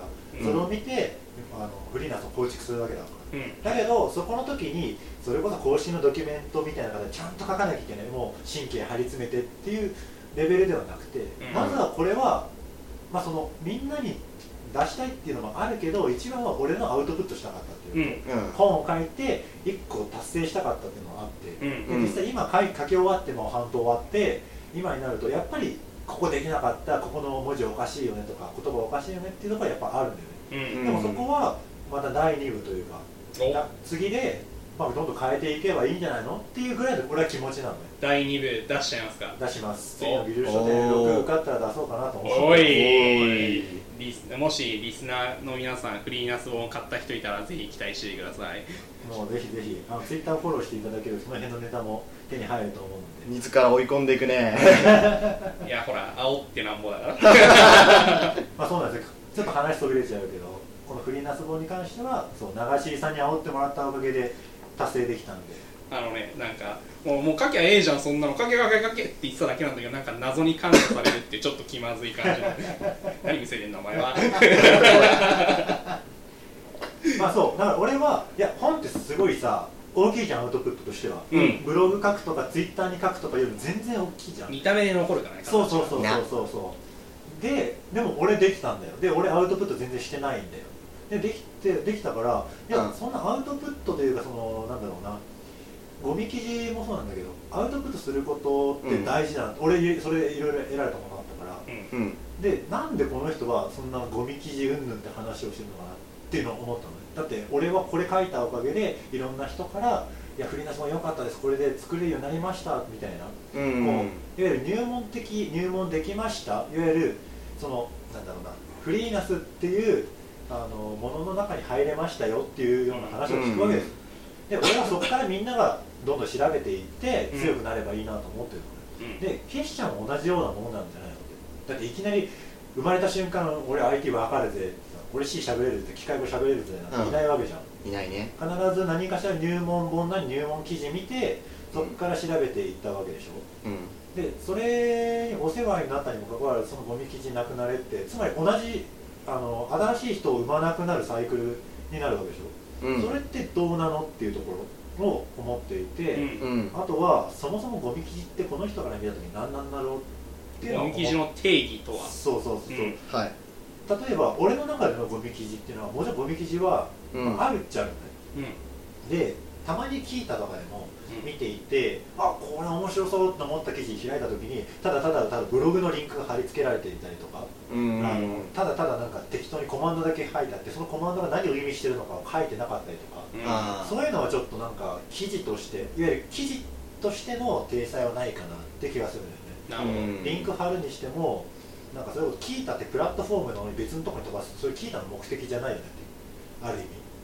それを見てフリーランスを構築するわけだから、だけどそこの時にそれこそ公式のドキュメントみたいな形でちゃんと書かなきゃいけない、もう神経張り詰めてっていうレベルではなくて、まずはこれは、そのみんなに出したいっていうのもあるけど、一番は俺のアウトプットしたかったっていう、本を書いて1個達成したかったっていうのがあって、で実際今書き終わっても半島終わって今になるとやっぱりここできなかった、ここの文字おかしいよねとか言葉おかしいよねっていうところがやっぱあるんだよね、でもそこはまた第2部というか次でどんどん変えていけばいいんじゃないのっていうぐらいで俺は気持ちなのね。 第2部出しちゃいますか？ 出します。次の技術書店6受かったら出そうかなと思って。 おいもしリスナーの皆さんフリーナス本を買った人いたらぜひ期待してください。 もうぜひぜひツイッターフォローしていただけるとその辺のネタも手に入ると思うので。 自ら追い込んでいくねいやほら煽ってなんぼだからそうなんですよ。ちょっと話途切れちゃうけど、このフリーナス本に関してはそう流しさんに煽ってもらったおかげで達成できたんで、 なんかもう書きゃええじゃん、そんなの書けって言ってただけなんだけど、なんか謎に感謝されるってちょっと気まずい感じ何見せてんのお前はそうだから俺はいや本ってすごいさ大きいじゃん、アウトプットとしては、ブログ書くとかツイッターに書くとかより全然大きいじゃん。 見た目で残るからね。 そうでも俺できたんだよ。で俺アウトプット全然してないんだよ。できたから、いや、そんなアウトプットというか、そのなんだろうな、ゴミ記事もそうなんだけどアウトプットすることって大事だなって、俺それいろいろ得られたものがあったから、でなんでこの人はそんなゴミ記事云々って話をしてるのかなっていうのを思ったのね。だって俺はこれ書いたおかげでいろんな人から「いやフリーナスも良かったです、これで作れるようになりました」みたいな、こういわゆる入門できました、いわゆるそのなんだろうな、フリーナスっていうものの中に入れましたよっていうような話を聞くわけです。で俺はそこからみんながどんどん調べていって強くなればいいなと思ってるのね、でケシちゃんも同じようなものなんじゃないのって。だっていきなり生まれた瞬間俺 IT 分かるぜ、俺 C 喋れるぜ、機械語喋れるぜなんていないわけじゃん、 いないね。 必ず何かしら入門本なり入門記事見てそこから調べていったわけでしょ、でそれにお世話になったにもかかわらずそのゴミ記事なくなれって、つまり同じ新しい人を生まなくなるサイクルになるわけでしょ、それってどうなのっていうところを思っていて、あとはそもそもゴミ記事ってこの人から見た時に何なんだろうっていうのを、 ゴミ記事の定義とは、 はい、 例えば俺の中でのゴミ記事っていうのはもちろんゴミ記事は、あるっちゃあるのね、でたまに聞いたとかでも見ていて、あこれ面白そうと思った記事開いた時にただブログのリンクが貼り付けられていたりとか、ただなんか適当にコマンドだけ書いてあって、そのコマンドが何を意味してるのかを書いてなかったりとか、そういうのはちょっとなんか記事としていわゆる記事としての体裁はないかなって気がするんだよね。リンク貼るにしてもなんかそれをキータってプラットフォームの別のところに飛ばす、それキータの目的じゃないよねってある意味。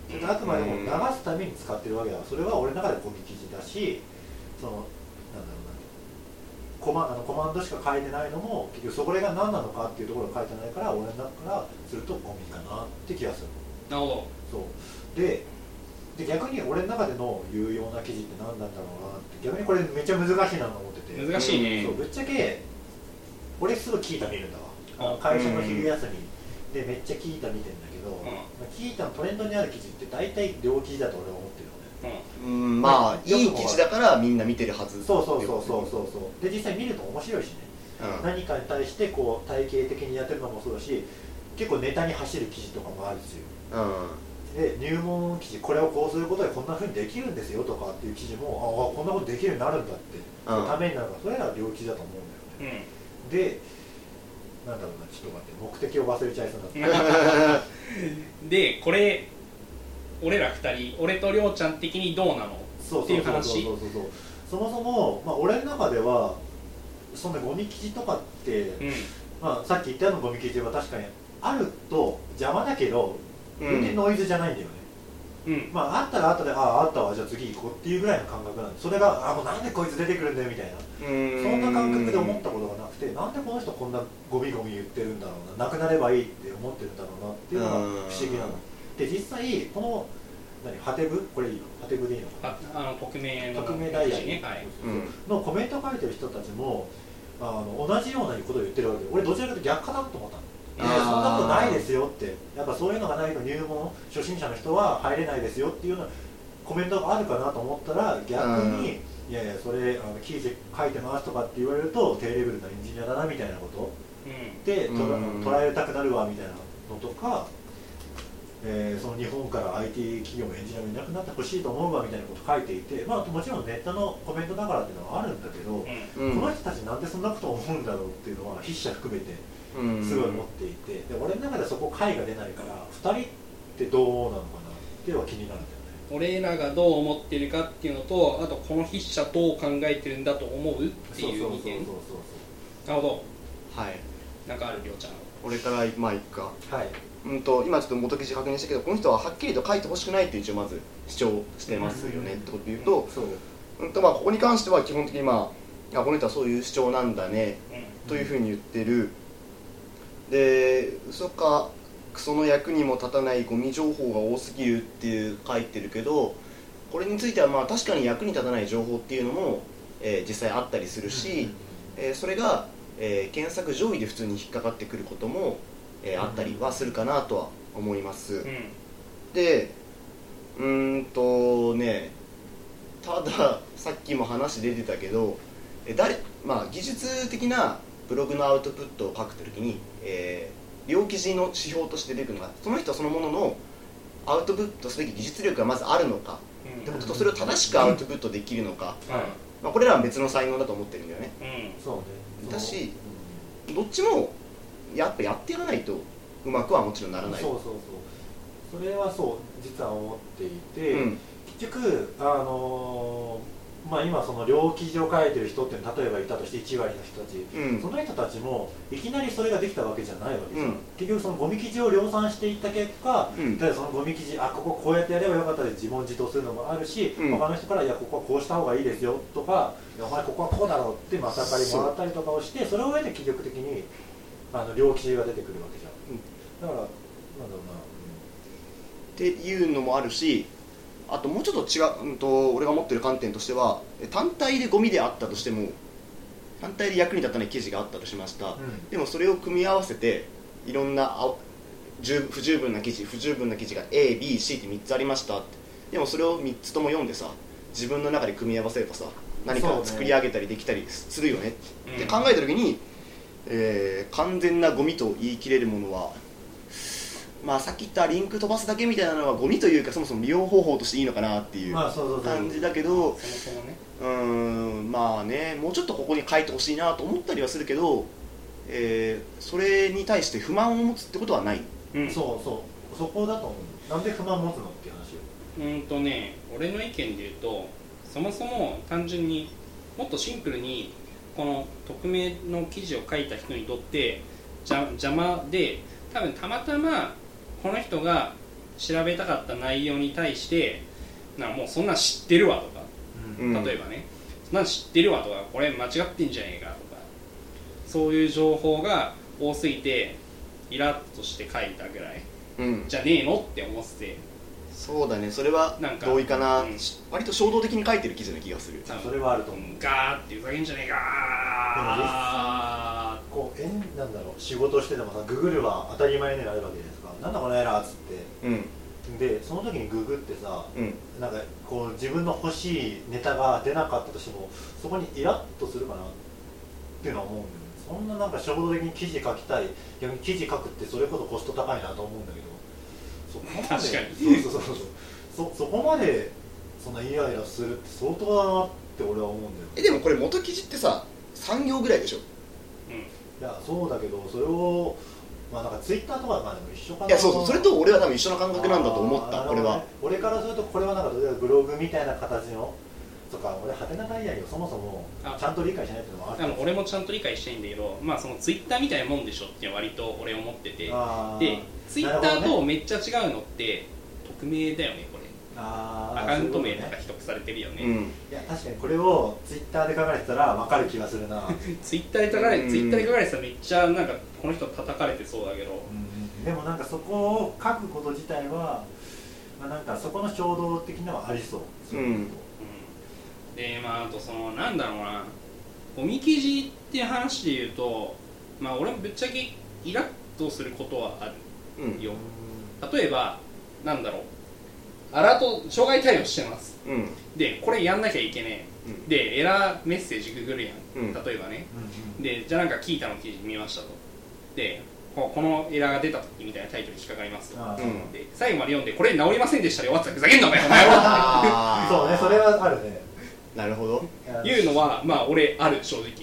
あくまでも流すために使ってるわけだから、それは俺の中でゴミ記事だし、そのなんだろうな、コマンドしか書いてないのも結局それが何なのかっていうところが書いてないから、俺の中からするとゴミかなって気がする。 なるほど。 そうで逆に俺の中での有用な記事って何なんだろうなって、逆にこれめっちゃ難しいなと思ってて。 難しいね。 そうぶっちゃけ俺すぐキータ見るんだわ。会社の昼休みでめっちゃキータ見てんだけど、キータのトレンドにある記事って大体両記事だと俺は思ってるのね。 まあいい記事だからみんな見てるはず。 そうで実際見ると面白いしね、何かに対してこう体系的にやってるのもそうだし、結構ネタに走る記事とかもあるんですよ。で入門記事、これをこうすることでこんな風にできるんですよとかっていう記事も、こんなことできるようになるんだって、ためになるから、それらは両記事だと思うんだよね。でなんだろうな、ちょっと待って、目的を忘れちゃいそうになったでこれ俺ら二人、俺とりょうちゃん的にどうなのっていう話。 そもそも、俺の中ではそんなゴミ記事とかって、さっき言ったようなゴミ記事は確かにあると邪魔だけど全然ノイズじゃないんだよね。あったらあったで、あったわ、じゃあ次行こうっていうぐらいの感覚なんで、それがもうなんでこいつ出てくるんだよみたいな、そんな感覚で思ったことがなくて、なんでこの人こんなゴミゴミ言ってるんだろうな、なくなればいいって思ってるんだろうなっていうのが不思議なので、実際このハテブ、これいいの、ハテブでいいのかな、 匿名ダイヤリのコメント書いてる人たちも同じようなことを言ってるわけで、俺どちらかというと逆かなと思ったの。そんなことないですよって、やっぱそういうのがないと入門初心者の人は入れないですよっていうようなコメントがあるかなと思ったら、逆にいやいやそれ記事書いてますとかって言われると低レベルなエンジニアだなみたいなことで捉えたくなるわみたいなのとか、その日本から IT 企業もエンジニアもいなくなってほしいと思うわみたいなこと書いていて、もちろんネットのコメントだからっていうのはあるんだけど、この人たちなんでそんなこと思うんだろうっていうのは筆者含めてすごい思っていて、で俺の中ではそこ解が出ないから、2人ってどうなのかなっていうのは気になるんだよね。 俺らがどう思ってるかっていうのと、あとこの筆者どう考えてるんだと思うっていう意見。なるほど。はい。なんかある、りょうちゃん。 俺からいくか。 はい。 今ちょっと元記事確認したけど、この人ははっきりと書いてほしくないって一応まず主張してますよねってことで言うと、ここに関しては基本的にこの人はそういう主張なんだねというふうに言ってる。で、嘘かクソの役にも立たないゴミ情報が多すぎるっていう書いてるけど、これについては確かに役に立たない情報っていうのも、実際あったりするし、それが、検索上位で普通に引っかかってくることも、あったりはするかなとは思います。で、たださっきも話出てたけど、技術的なブログのアウトプットを書くときに、両記事の指標として出てくるのが、その人そのもののアウトプットすべき技術力がまずあるのかってことと、それを正しくアウトプットできるのか、これらは別の才能だと思ってるんだよね。だし、どっちもやっぱやってやらないとうまくはもちろんならない。 それは実は思っていて、結局今その両記事を書いてる人って例えばいたとして1割の人たち、その人たちもいきなりそれができたわけじゃないわけですよ。結局そのゴミ記事を量産していった結果、例えばそのゴミ記事、ここうやってやればよかったで自問自答するのもあるし、他の人からここはこうした方がいいですよとか、お前ここはこうだろうってまさかりもらったりとかをして、それを得て気力的に両記事が出てくるわけじゃん。だからなんだろうな、 っていうのもあるし、あともうちょっと違う、俺が持ってる観点としては、単体でゴミであったとしても、単体で役に立たない記事があったとしました、でもそれを組み合わせていろんな不十分な記事が A、B、C って3つありましたって、でもそれを3つとも読んでさ、自分の中で組み合わせればさ、何か作り上げたりできたりするよねって考えた時に、完全なゴミと言い切れるものは、さっき言ったリンク飛ばすだけみたいなのはゴミというか、そもそも利用方法としていいのかなっていう感じだけど、もうちょっとここに書いてほしいなと思ったりはするけど、それに対して不満を持つってことはない。 そこだと思う。なんで不満を持つのって話を。 俺の意見で言うと、そもそも単純にもっとシンプルにこの匿名の記事を書いた人にとって邪魔で、多分たまたまこの人が調べたかった内容に対してなんかもうそんなん知ってるわとか、例えばね、そんなん知ってるわとか、これ間違ってんじゃねえかとか、そういう情報が多すぎてイラッとして書いたぐらい、じゃねえのって思ってて。 そうだね、それは同意かな、割と衝動的に書いてる記事な気がする。 それはあると思う。 ガーってふざけんじゃねえかー。 こうなんだろう、仕事しててもさ、ググるは当たり前になるわけですか。なんだこのエラーっつって、でその時にググってさ、なんかこう自分の欲しいネタが出なかったとしても、そこにイラッとするかなっていうのは思うんだよね。そんななんか衝動的に記事書きたい、逆に記事書くってそれこそコスト高いなと思うんだけど、そこまで確かにそこまでそんなイライラするって相当だなって俺は思うんだよ。 でもこれ元記事ってさ3行ぐらいでしょ。 いやそうだけど、それをまあなんかツイッターとかまあでも一緒かな。 いやそう、それと俺は多分一緒の感覚なんだと思った。これは俺からすると、これはなんか例えばブログみたいな形のとか、俺ハテナダイヤリをそもそもちゃんと理解しないっていうのもある。 俺もちゃんと理解してないんだけど、まあそのツイッターみたいなもんでしょっていうのは割と俺思ってて、でツイッターとめっちゃ違うのって匿名だよね。これアカウント名とか秘匿されてるよね。 いや確かにこれをツイッターで書かれてたら分かる気がするな。 ツイッターで書かれてたらめっちゃなんかこの人叩かれてそうだけど、 でもなんかそこを書くこと自体は、まあ、なんかそこの衝動的なのはありそう。 でまああとそのなんだろうな、ゴミ記事っていう話で言うと、まあ俺もぶっちゃけイラッとすることはあるよ。例えばなんだろう、アラート障害対応してます、でこれやんなきゃいけねえ、でエラーメッセージググるやん、例えばね、でじゃあなんかキータの記事見ましたと、でこのエラーが出た時みたいなタイトル引っかかりますと、で最後まで読んでこれ治りませんでしたで終わってたらふざけんなお前お前はそうね、それはあるね。 なるほど。 いうのはまあ俺ある、正直。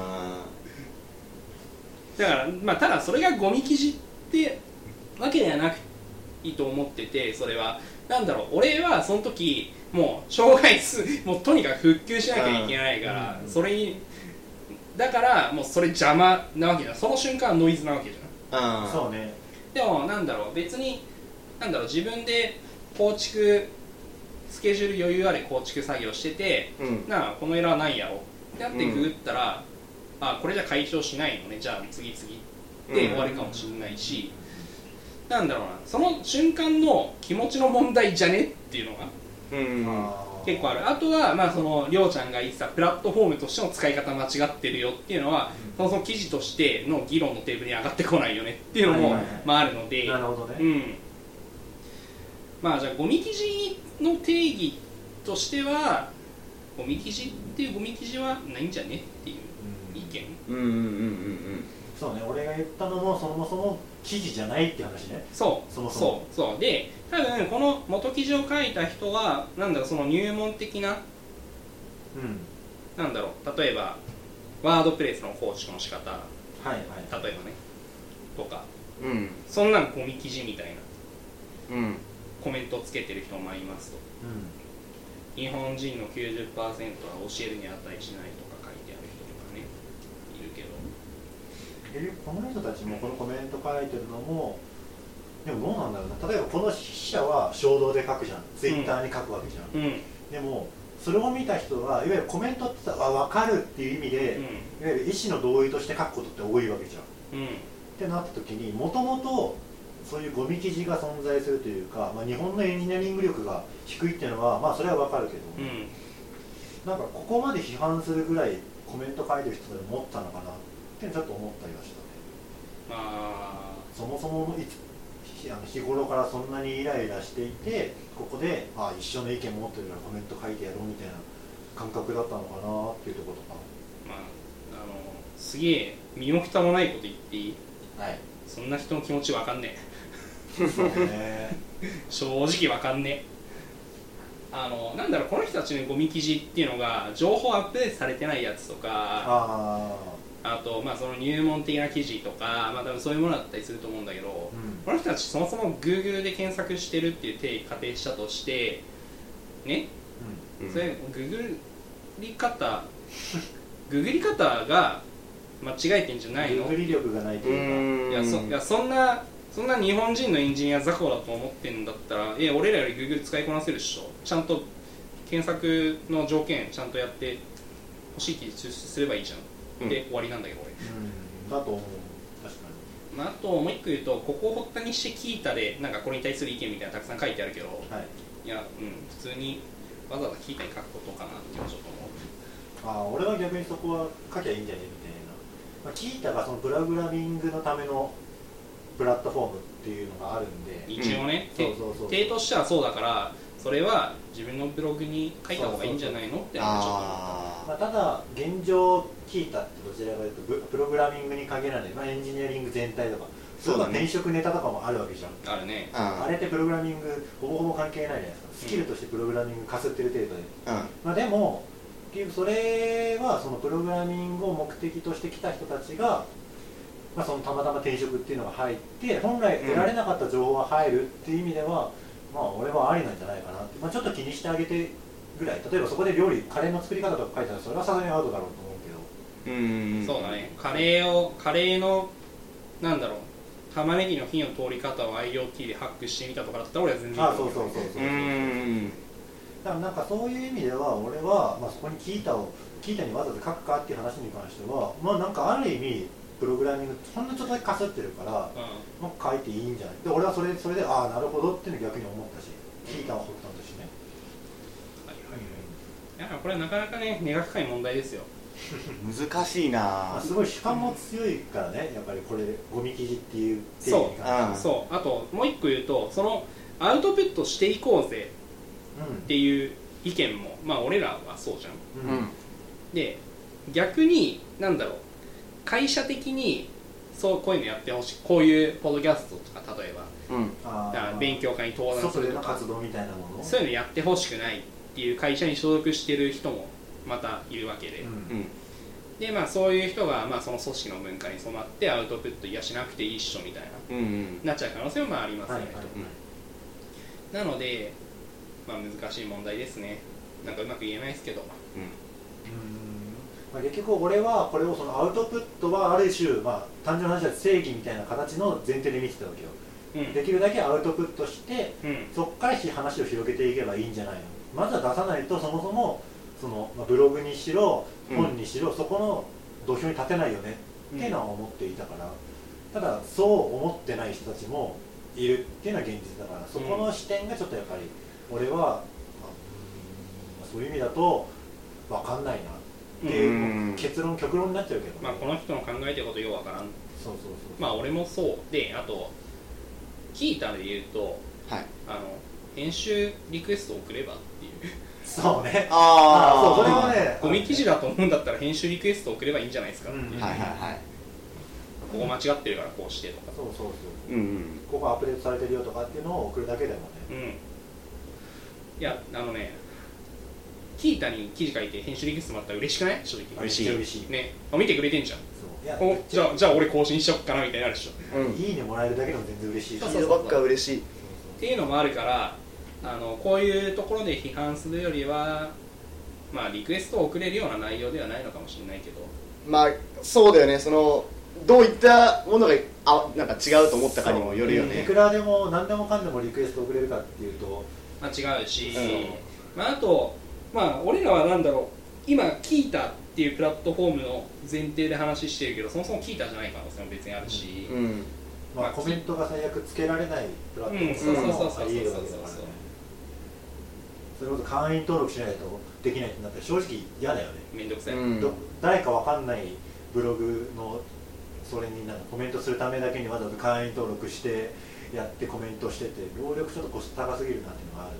だからまあただそれがゴミ記事ってわけではなくいいと思ってて、それはなんだろう、俺はその時もう障害数もうとにかく復旧しなきゃいけないから、それにだからもうそれ邪魔なわけじゃん。その瞬間はノイズなわけじゃん。 そうね。 でもなんだろう、別になんだろう、自分で構築スケジュール余裕ある構築作業してて、なあこのエラーないやろってなってググったら、あこれじゃ解消しないのね、じゃあ次で終わるかもしれないし、なんだろうな、その瞬間の気持ちの問題じゃねっていうのが結構ある。あとはまあそのりょうちゃんが言ってたプラットフォームとしての使い方間違ってるよっていうのは、その記事としての議論のテーブルに上がってこないよねっていうのもまああるので、 なるほどね。 まあじゃあゴミ記事の定義としては、ゴミ記事っていうゴミ記事はないんじゃねっていう意見。 そうね、俺が言ったのもそもそも記事じゃないって話ね。 そうで、多分この元記事を書いた人はなんだろう、その入門的な、なんだろう、例えばワードプレスの構築の仕方、例えばねとか、そんなんゴミ記事みたいな、コメントをつけてる人もいますと、日本人の 90% は教えるに値しないとか書いてある人とかねいるけど、 この人たちもこのコメント書いてるのも、でもどうなんだろうな。例えばこの筆者は衝動で書くじゃん、ツイッターに書くわけじゃん、でもそれを見た人はいわゆるコメントってさ、分かるっていう意味で、いわゆる意思の同意として書くことって多いわけじゃん、ってなった時に、もともとそういうゴミ記事が存在するというか、まあ、日本のエンジニアリング力が低いっていうのはまあそれは分かるけど、なんかここまで批判するぐらいコメント書いてる人で思ったのかなってちょっと思ったりはしたね。そもそも日頃からそんなにイライラしていて、ここで一緒の意見持ってるからコメント書いてやろうみたいな感覚だったのかなっていうところとか、 すげえ身も蓋もないこと言っていい？そんな人の気持ちわかんねえそうね正直わかんねえ。なんだろう、この人たちのゴミ記事っていうのが情報アップデートされてないやつとか、あとまあその入門的な記事とか、まあ多分そういうものだったりすると思うんだけど、この人たちそもそも Google で検索してるっていう定義仮定したとしてね、それググり方が間違えてんじゃないの？ ググり力がないというか、 いやそんなそんな日本人のエンジニア雑魚だと思ってんだったら俺らより Google 使いこなせるっしょ。ちゃんと検索の条件ちゃんとやって欲しい記事抽出すればいいじゃん、で終わりなんだけど俺、 だと思う。確かに。 あともう一個言うと、ここを発端にして聞いたでなんかこれに対する意見みたいなのたくさん書いてあるけど、いや、普通にわざわざ聞いたに書くことかなってちょっと思う。 俺は逆にそこは書きゃいいんじゃねみたいな。キータがそのプログラミングのためのプラットフォームっていうのがあるんで、 一応ね、手としてはそうだから、それは自分のブログに書いた方がいいんじゃないのってのはちょっと思った。 ただ現状キータってどちらかというとプログラミングに限らない、エンジニアリング全体とか、そうだね、転職ネタとかもあるわけじゃん。 あるね。 あれってプログラミングほぼほぼ関係ないじゃないですか。スキルとしてプログラミングかすってる程度で、でも結局それはそのプログラミングを目的としてきた人たちが、そのたまたま転職っていうのが入って本来得られなかった情報が入るっていう意味では、俺はありなんじゃないかなって、ちょっと気にしてあげてぐらい。例えばそこで料理カレーの作り方とか書いたらそれはさすがにアウトだろうと思うけど、 そうだね。カレーのなんだろう、玉ねぎの火の通り方を IoT でハックしてみたとかだったら俺は全然いいと思う。 だからなんかそういう意味では俺は、そこにキータにわざわざ書くかっていう話に関しては、なんかある意味プログラミングほんのちょっとだけかすってるから、書いていいんじゃない。で俺はそれでなるほどっていうのを逆に思ったし、キータを発端としてね。 いやこれはなかなかね根が深い問題ですよ。 難しいな。 すごい主観も強いからね、やっぱりこれゴミ記事っていう定義に関して。 そう。あともう一個言うと、そのアウトプットしていこうぜっていう意見も、俺らはそうじゃん。で逆になんだろう、会社的にこういうのやってほしい、こういうポッドキャストとか例えば、勉強会に登壇するとか活動みたいなもの、 そういうのやってほしくないっていう会社に所属してる人もまたいるわけで、でそういう人がその組織の文化に染まってアウトプットしなくていいっしょみたいな、なっちゃう可能性もありますね。なので難しい問題ですね。なんかうまく言えないですけど、 結局俺はこれをそのアウトプットはある種、単純な話は正義みたいな形の前提で見てたわけよ。できるだけアウトプットして、そこから話を広げていけばいいんじゃないの。まずは出さないとそもそもその、ブログにしろ本にしろ、そこの土俵に立てないよねっていうのは思っていたから、ただそう思ってない人たちもいるっていうのは現実だから、そこの視点がちょっとやっぱり俺は、そういう意味だと分かんないなっていう極論になっちゃうけど、 この人の考えてることようわからん。 そう俺もそうで、あとキータで言うと、編集リクエストを送ればっていう。 そうね。 それはね、ゴミ記事だと思うんだったら編集リクエストを送ればいいんじゃないですかっていう。ここ間違ってるからこうしてとか。ここアップデートされてるよとかっていうのを送るだけでもね。いやキータに記事書いて編集リクエストもらったら嬉しくない？正直嬉しいね。見てくれてんじゃん。じゃあ俺更新しよっかなみたいになるでしょ。 いいねもらえるだけでも全然嬉しい。 そうばっか嬉しいっていうのもあるから、こういうところで批判するよりはリクエストを送れるような内容ではないのかもしれないけど、 そうだよね。そのどういったものがなんか違うと思ったかにもよるよね。 いくらでも何でもかんでもリクエスト送れるかっていうと違うし、あと俺らはなんだろう、今キータっていうプラットフォームの前提で話してるけど、そもそもキータじゃない可能性も別にあるし、 コメントが最悪つけられないプラットフォームもあり得るわけだからね。それこそ会員登録しないとできないってなったら正直嫌だよね。 めんどくさい。 誰かわかんないブログのそれにコメントするためだけにわざわざ会員登録してやってコメントしてて、労力ちょっとコスト高すぎるなっていうのがあ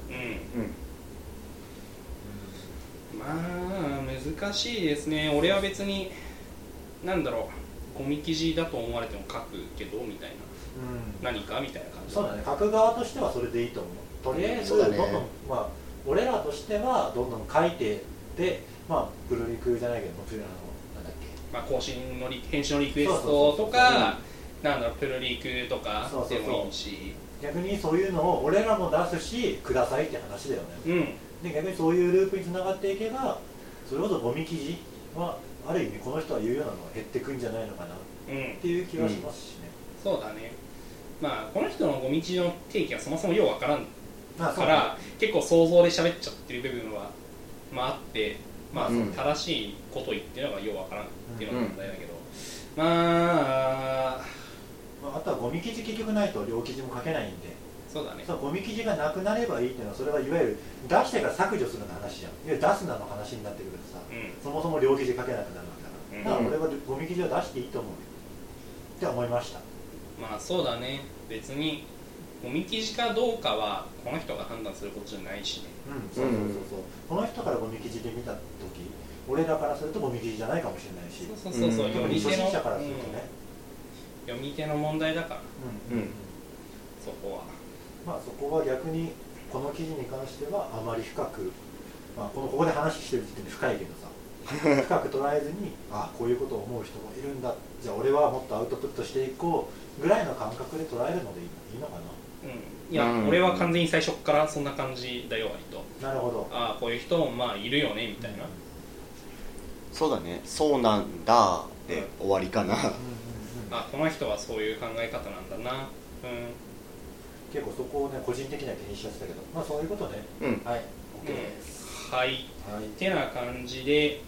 る。 難しいですね。俺は別になんだろう、ゴミ記事だと思われても書くけどみたいな、何かみたいな感じ。 そうだね、書く側としてはそれでいいと思う。とりあえずどんどん、俺らとしてはどんどん書いてで、プロリクじゃないけどなんだっけ、 更新の編集のリクエストとか、プロリクとかでもいいし、 逆にそういうのを俺らも出すしくださいって話だよね。で逆にそういうループにつながっていけば、それこそゴミ記事はある意味この人は言うようなのが減ってくんじゃないのかなっていう気はしますしね。 そうだね。 まあこの人のゴミ記事の定義がそもそもようわからんまあそうねから結構想像で喋っちゃってる部分は、まあ、あってまあそのうん正しいこと言ってるのがようわからんっていうのが問題だけど、まあまあ、あとはゴミ記事結局ないと両記事も書けないんで、 そうだね。 そのゴミ記事がなくなればいいっていうのはそれはいわゆる出してから削除するの話じゃん。いわゆる出すなの話になってくるとさ、 うんそもそも両記事書けなくなるわけだから、だから俺はゴミ記事を出していいと思うよって思いました。 まあそうだね。別にゴミ記事かどうかはこの人が判断することじゃないしね。 そうこの人からゴミ記事で見た時、俺らからするとゴミ記事じゃないかもしれないし、 そう読み初手の、 心者からするとね、 読み手の問題だからそこは。 まあそこは逆にこの記事に関してはあまり深く、まあ、ここで話してる時点で深いけどさ深く捉えずに、あこういうことを思う人もいるんだ、じゃあ俺はもっとアウトプットしていこうぐらいの感覚で捉えるのでいいのかいや、俺は完全に最初からそんな感じだよ割と。 な。なるほど。 あこういう人もまあいるよねみたいな、 そうだね、そうなんだで終わりかな。 あこの人はそういう考え方なんだな。 結構そこをね個人的には気にしちゃってたけど、まあそういうことね。はい OK です。 はい、 はいてな感じで、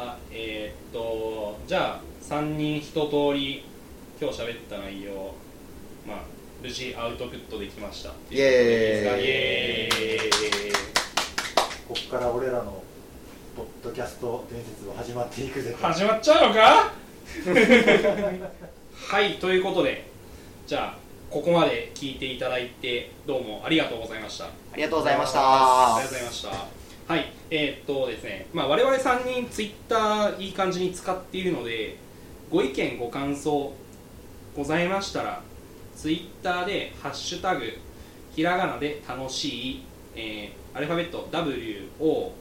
じゃあ3人一通り今日喋った内容、まあ無事アウトプットできましたっていうことでいいですか。 ここから俺らのポッドキャスト伝説は始まっていくぜ。 始まっちゃうのかはいということで、じゃあここまで聞いていただいてどうもありがとうございました。 ありがとうございました。 ありがとうございました。はいですね、まあ、我々3人ツイッターいい感じに使っているので、ご意見ご感想ございましたらツイッターでハッシュタグひらがなで楽しい、アルファベット WORKS、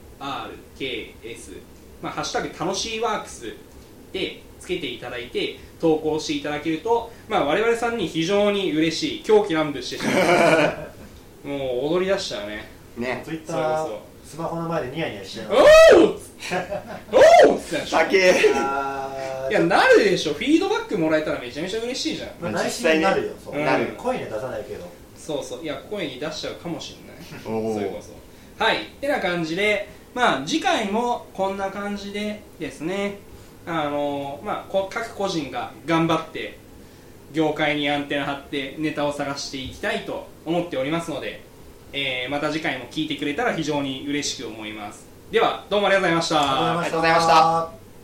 まあ、ハッシュタグ楽しいワークスでつけていただいて投稿していただけると、まあ、我々3人非常に嬉しい、狂気乱舞してしまいますもう踊り出しちゃうね。 ツイッタースマホの前でニヤニヤしちゃう。 おーってだけいやなるでしょ。フィードバックもらえたらめちゃめちゃ嬉しいじゃん。 まあ、内心になるよ。そうなる。 声には出さないけど。 そういや声に出しちゃうかもしれない。それこそはいってな感じで、まあ次回もこんな感じでですね、まあ各個人が頑張って業界にアンテナ張ってネタを探していきたいと思っておりますので、また次回も聞いてくれたら非常に嬉しく思います。ではどうもありがとうございました。 ありがとうございました。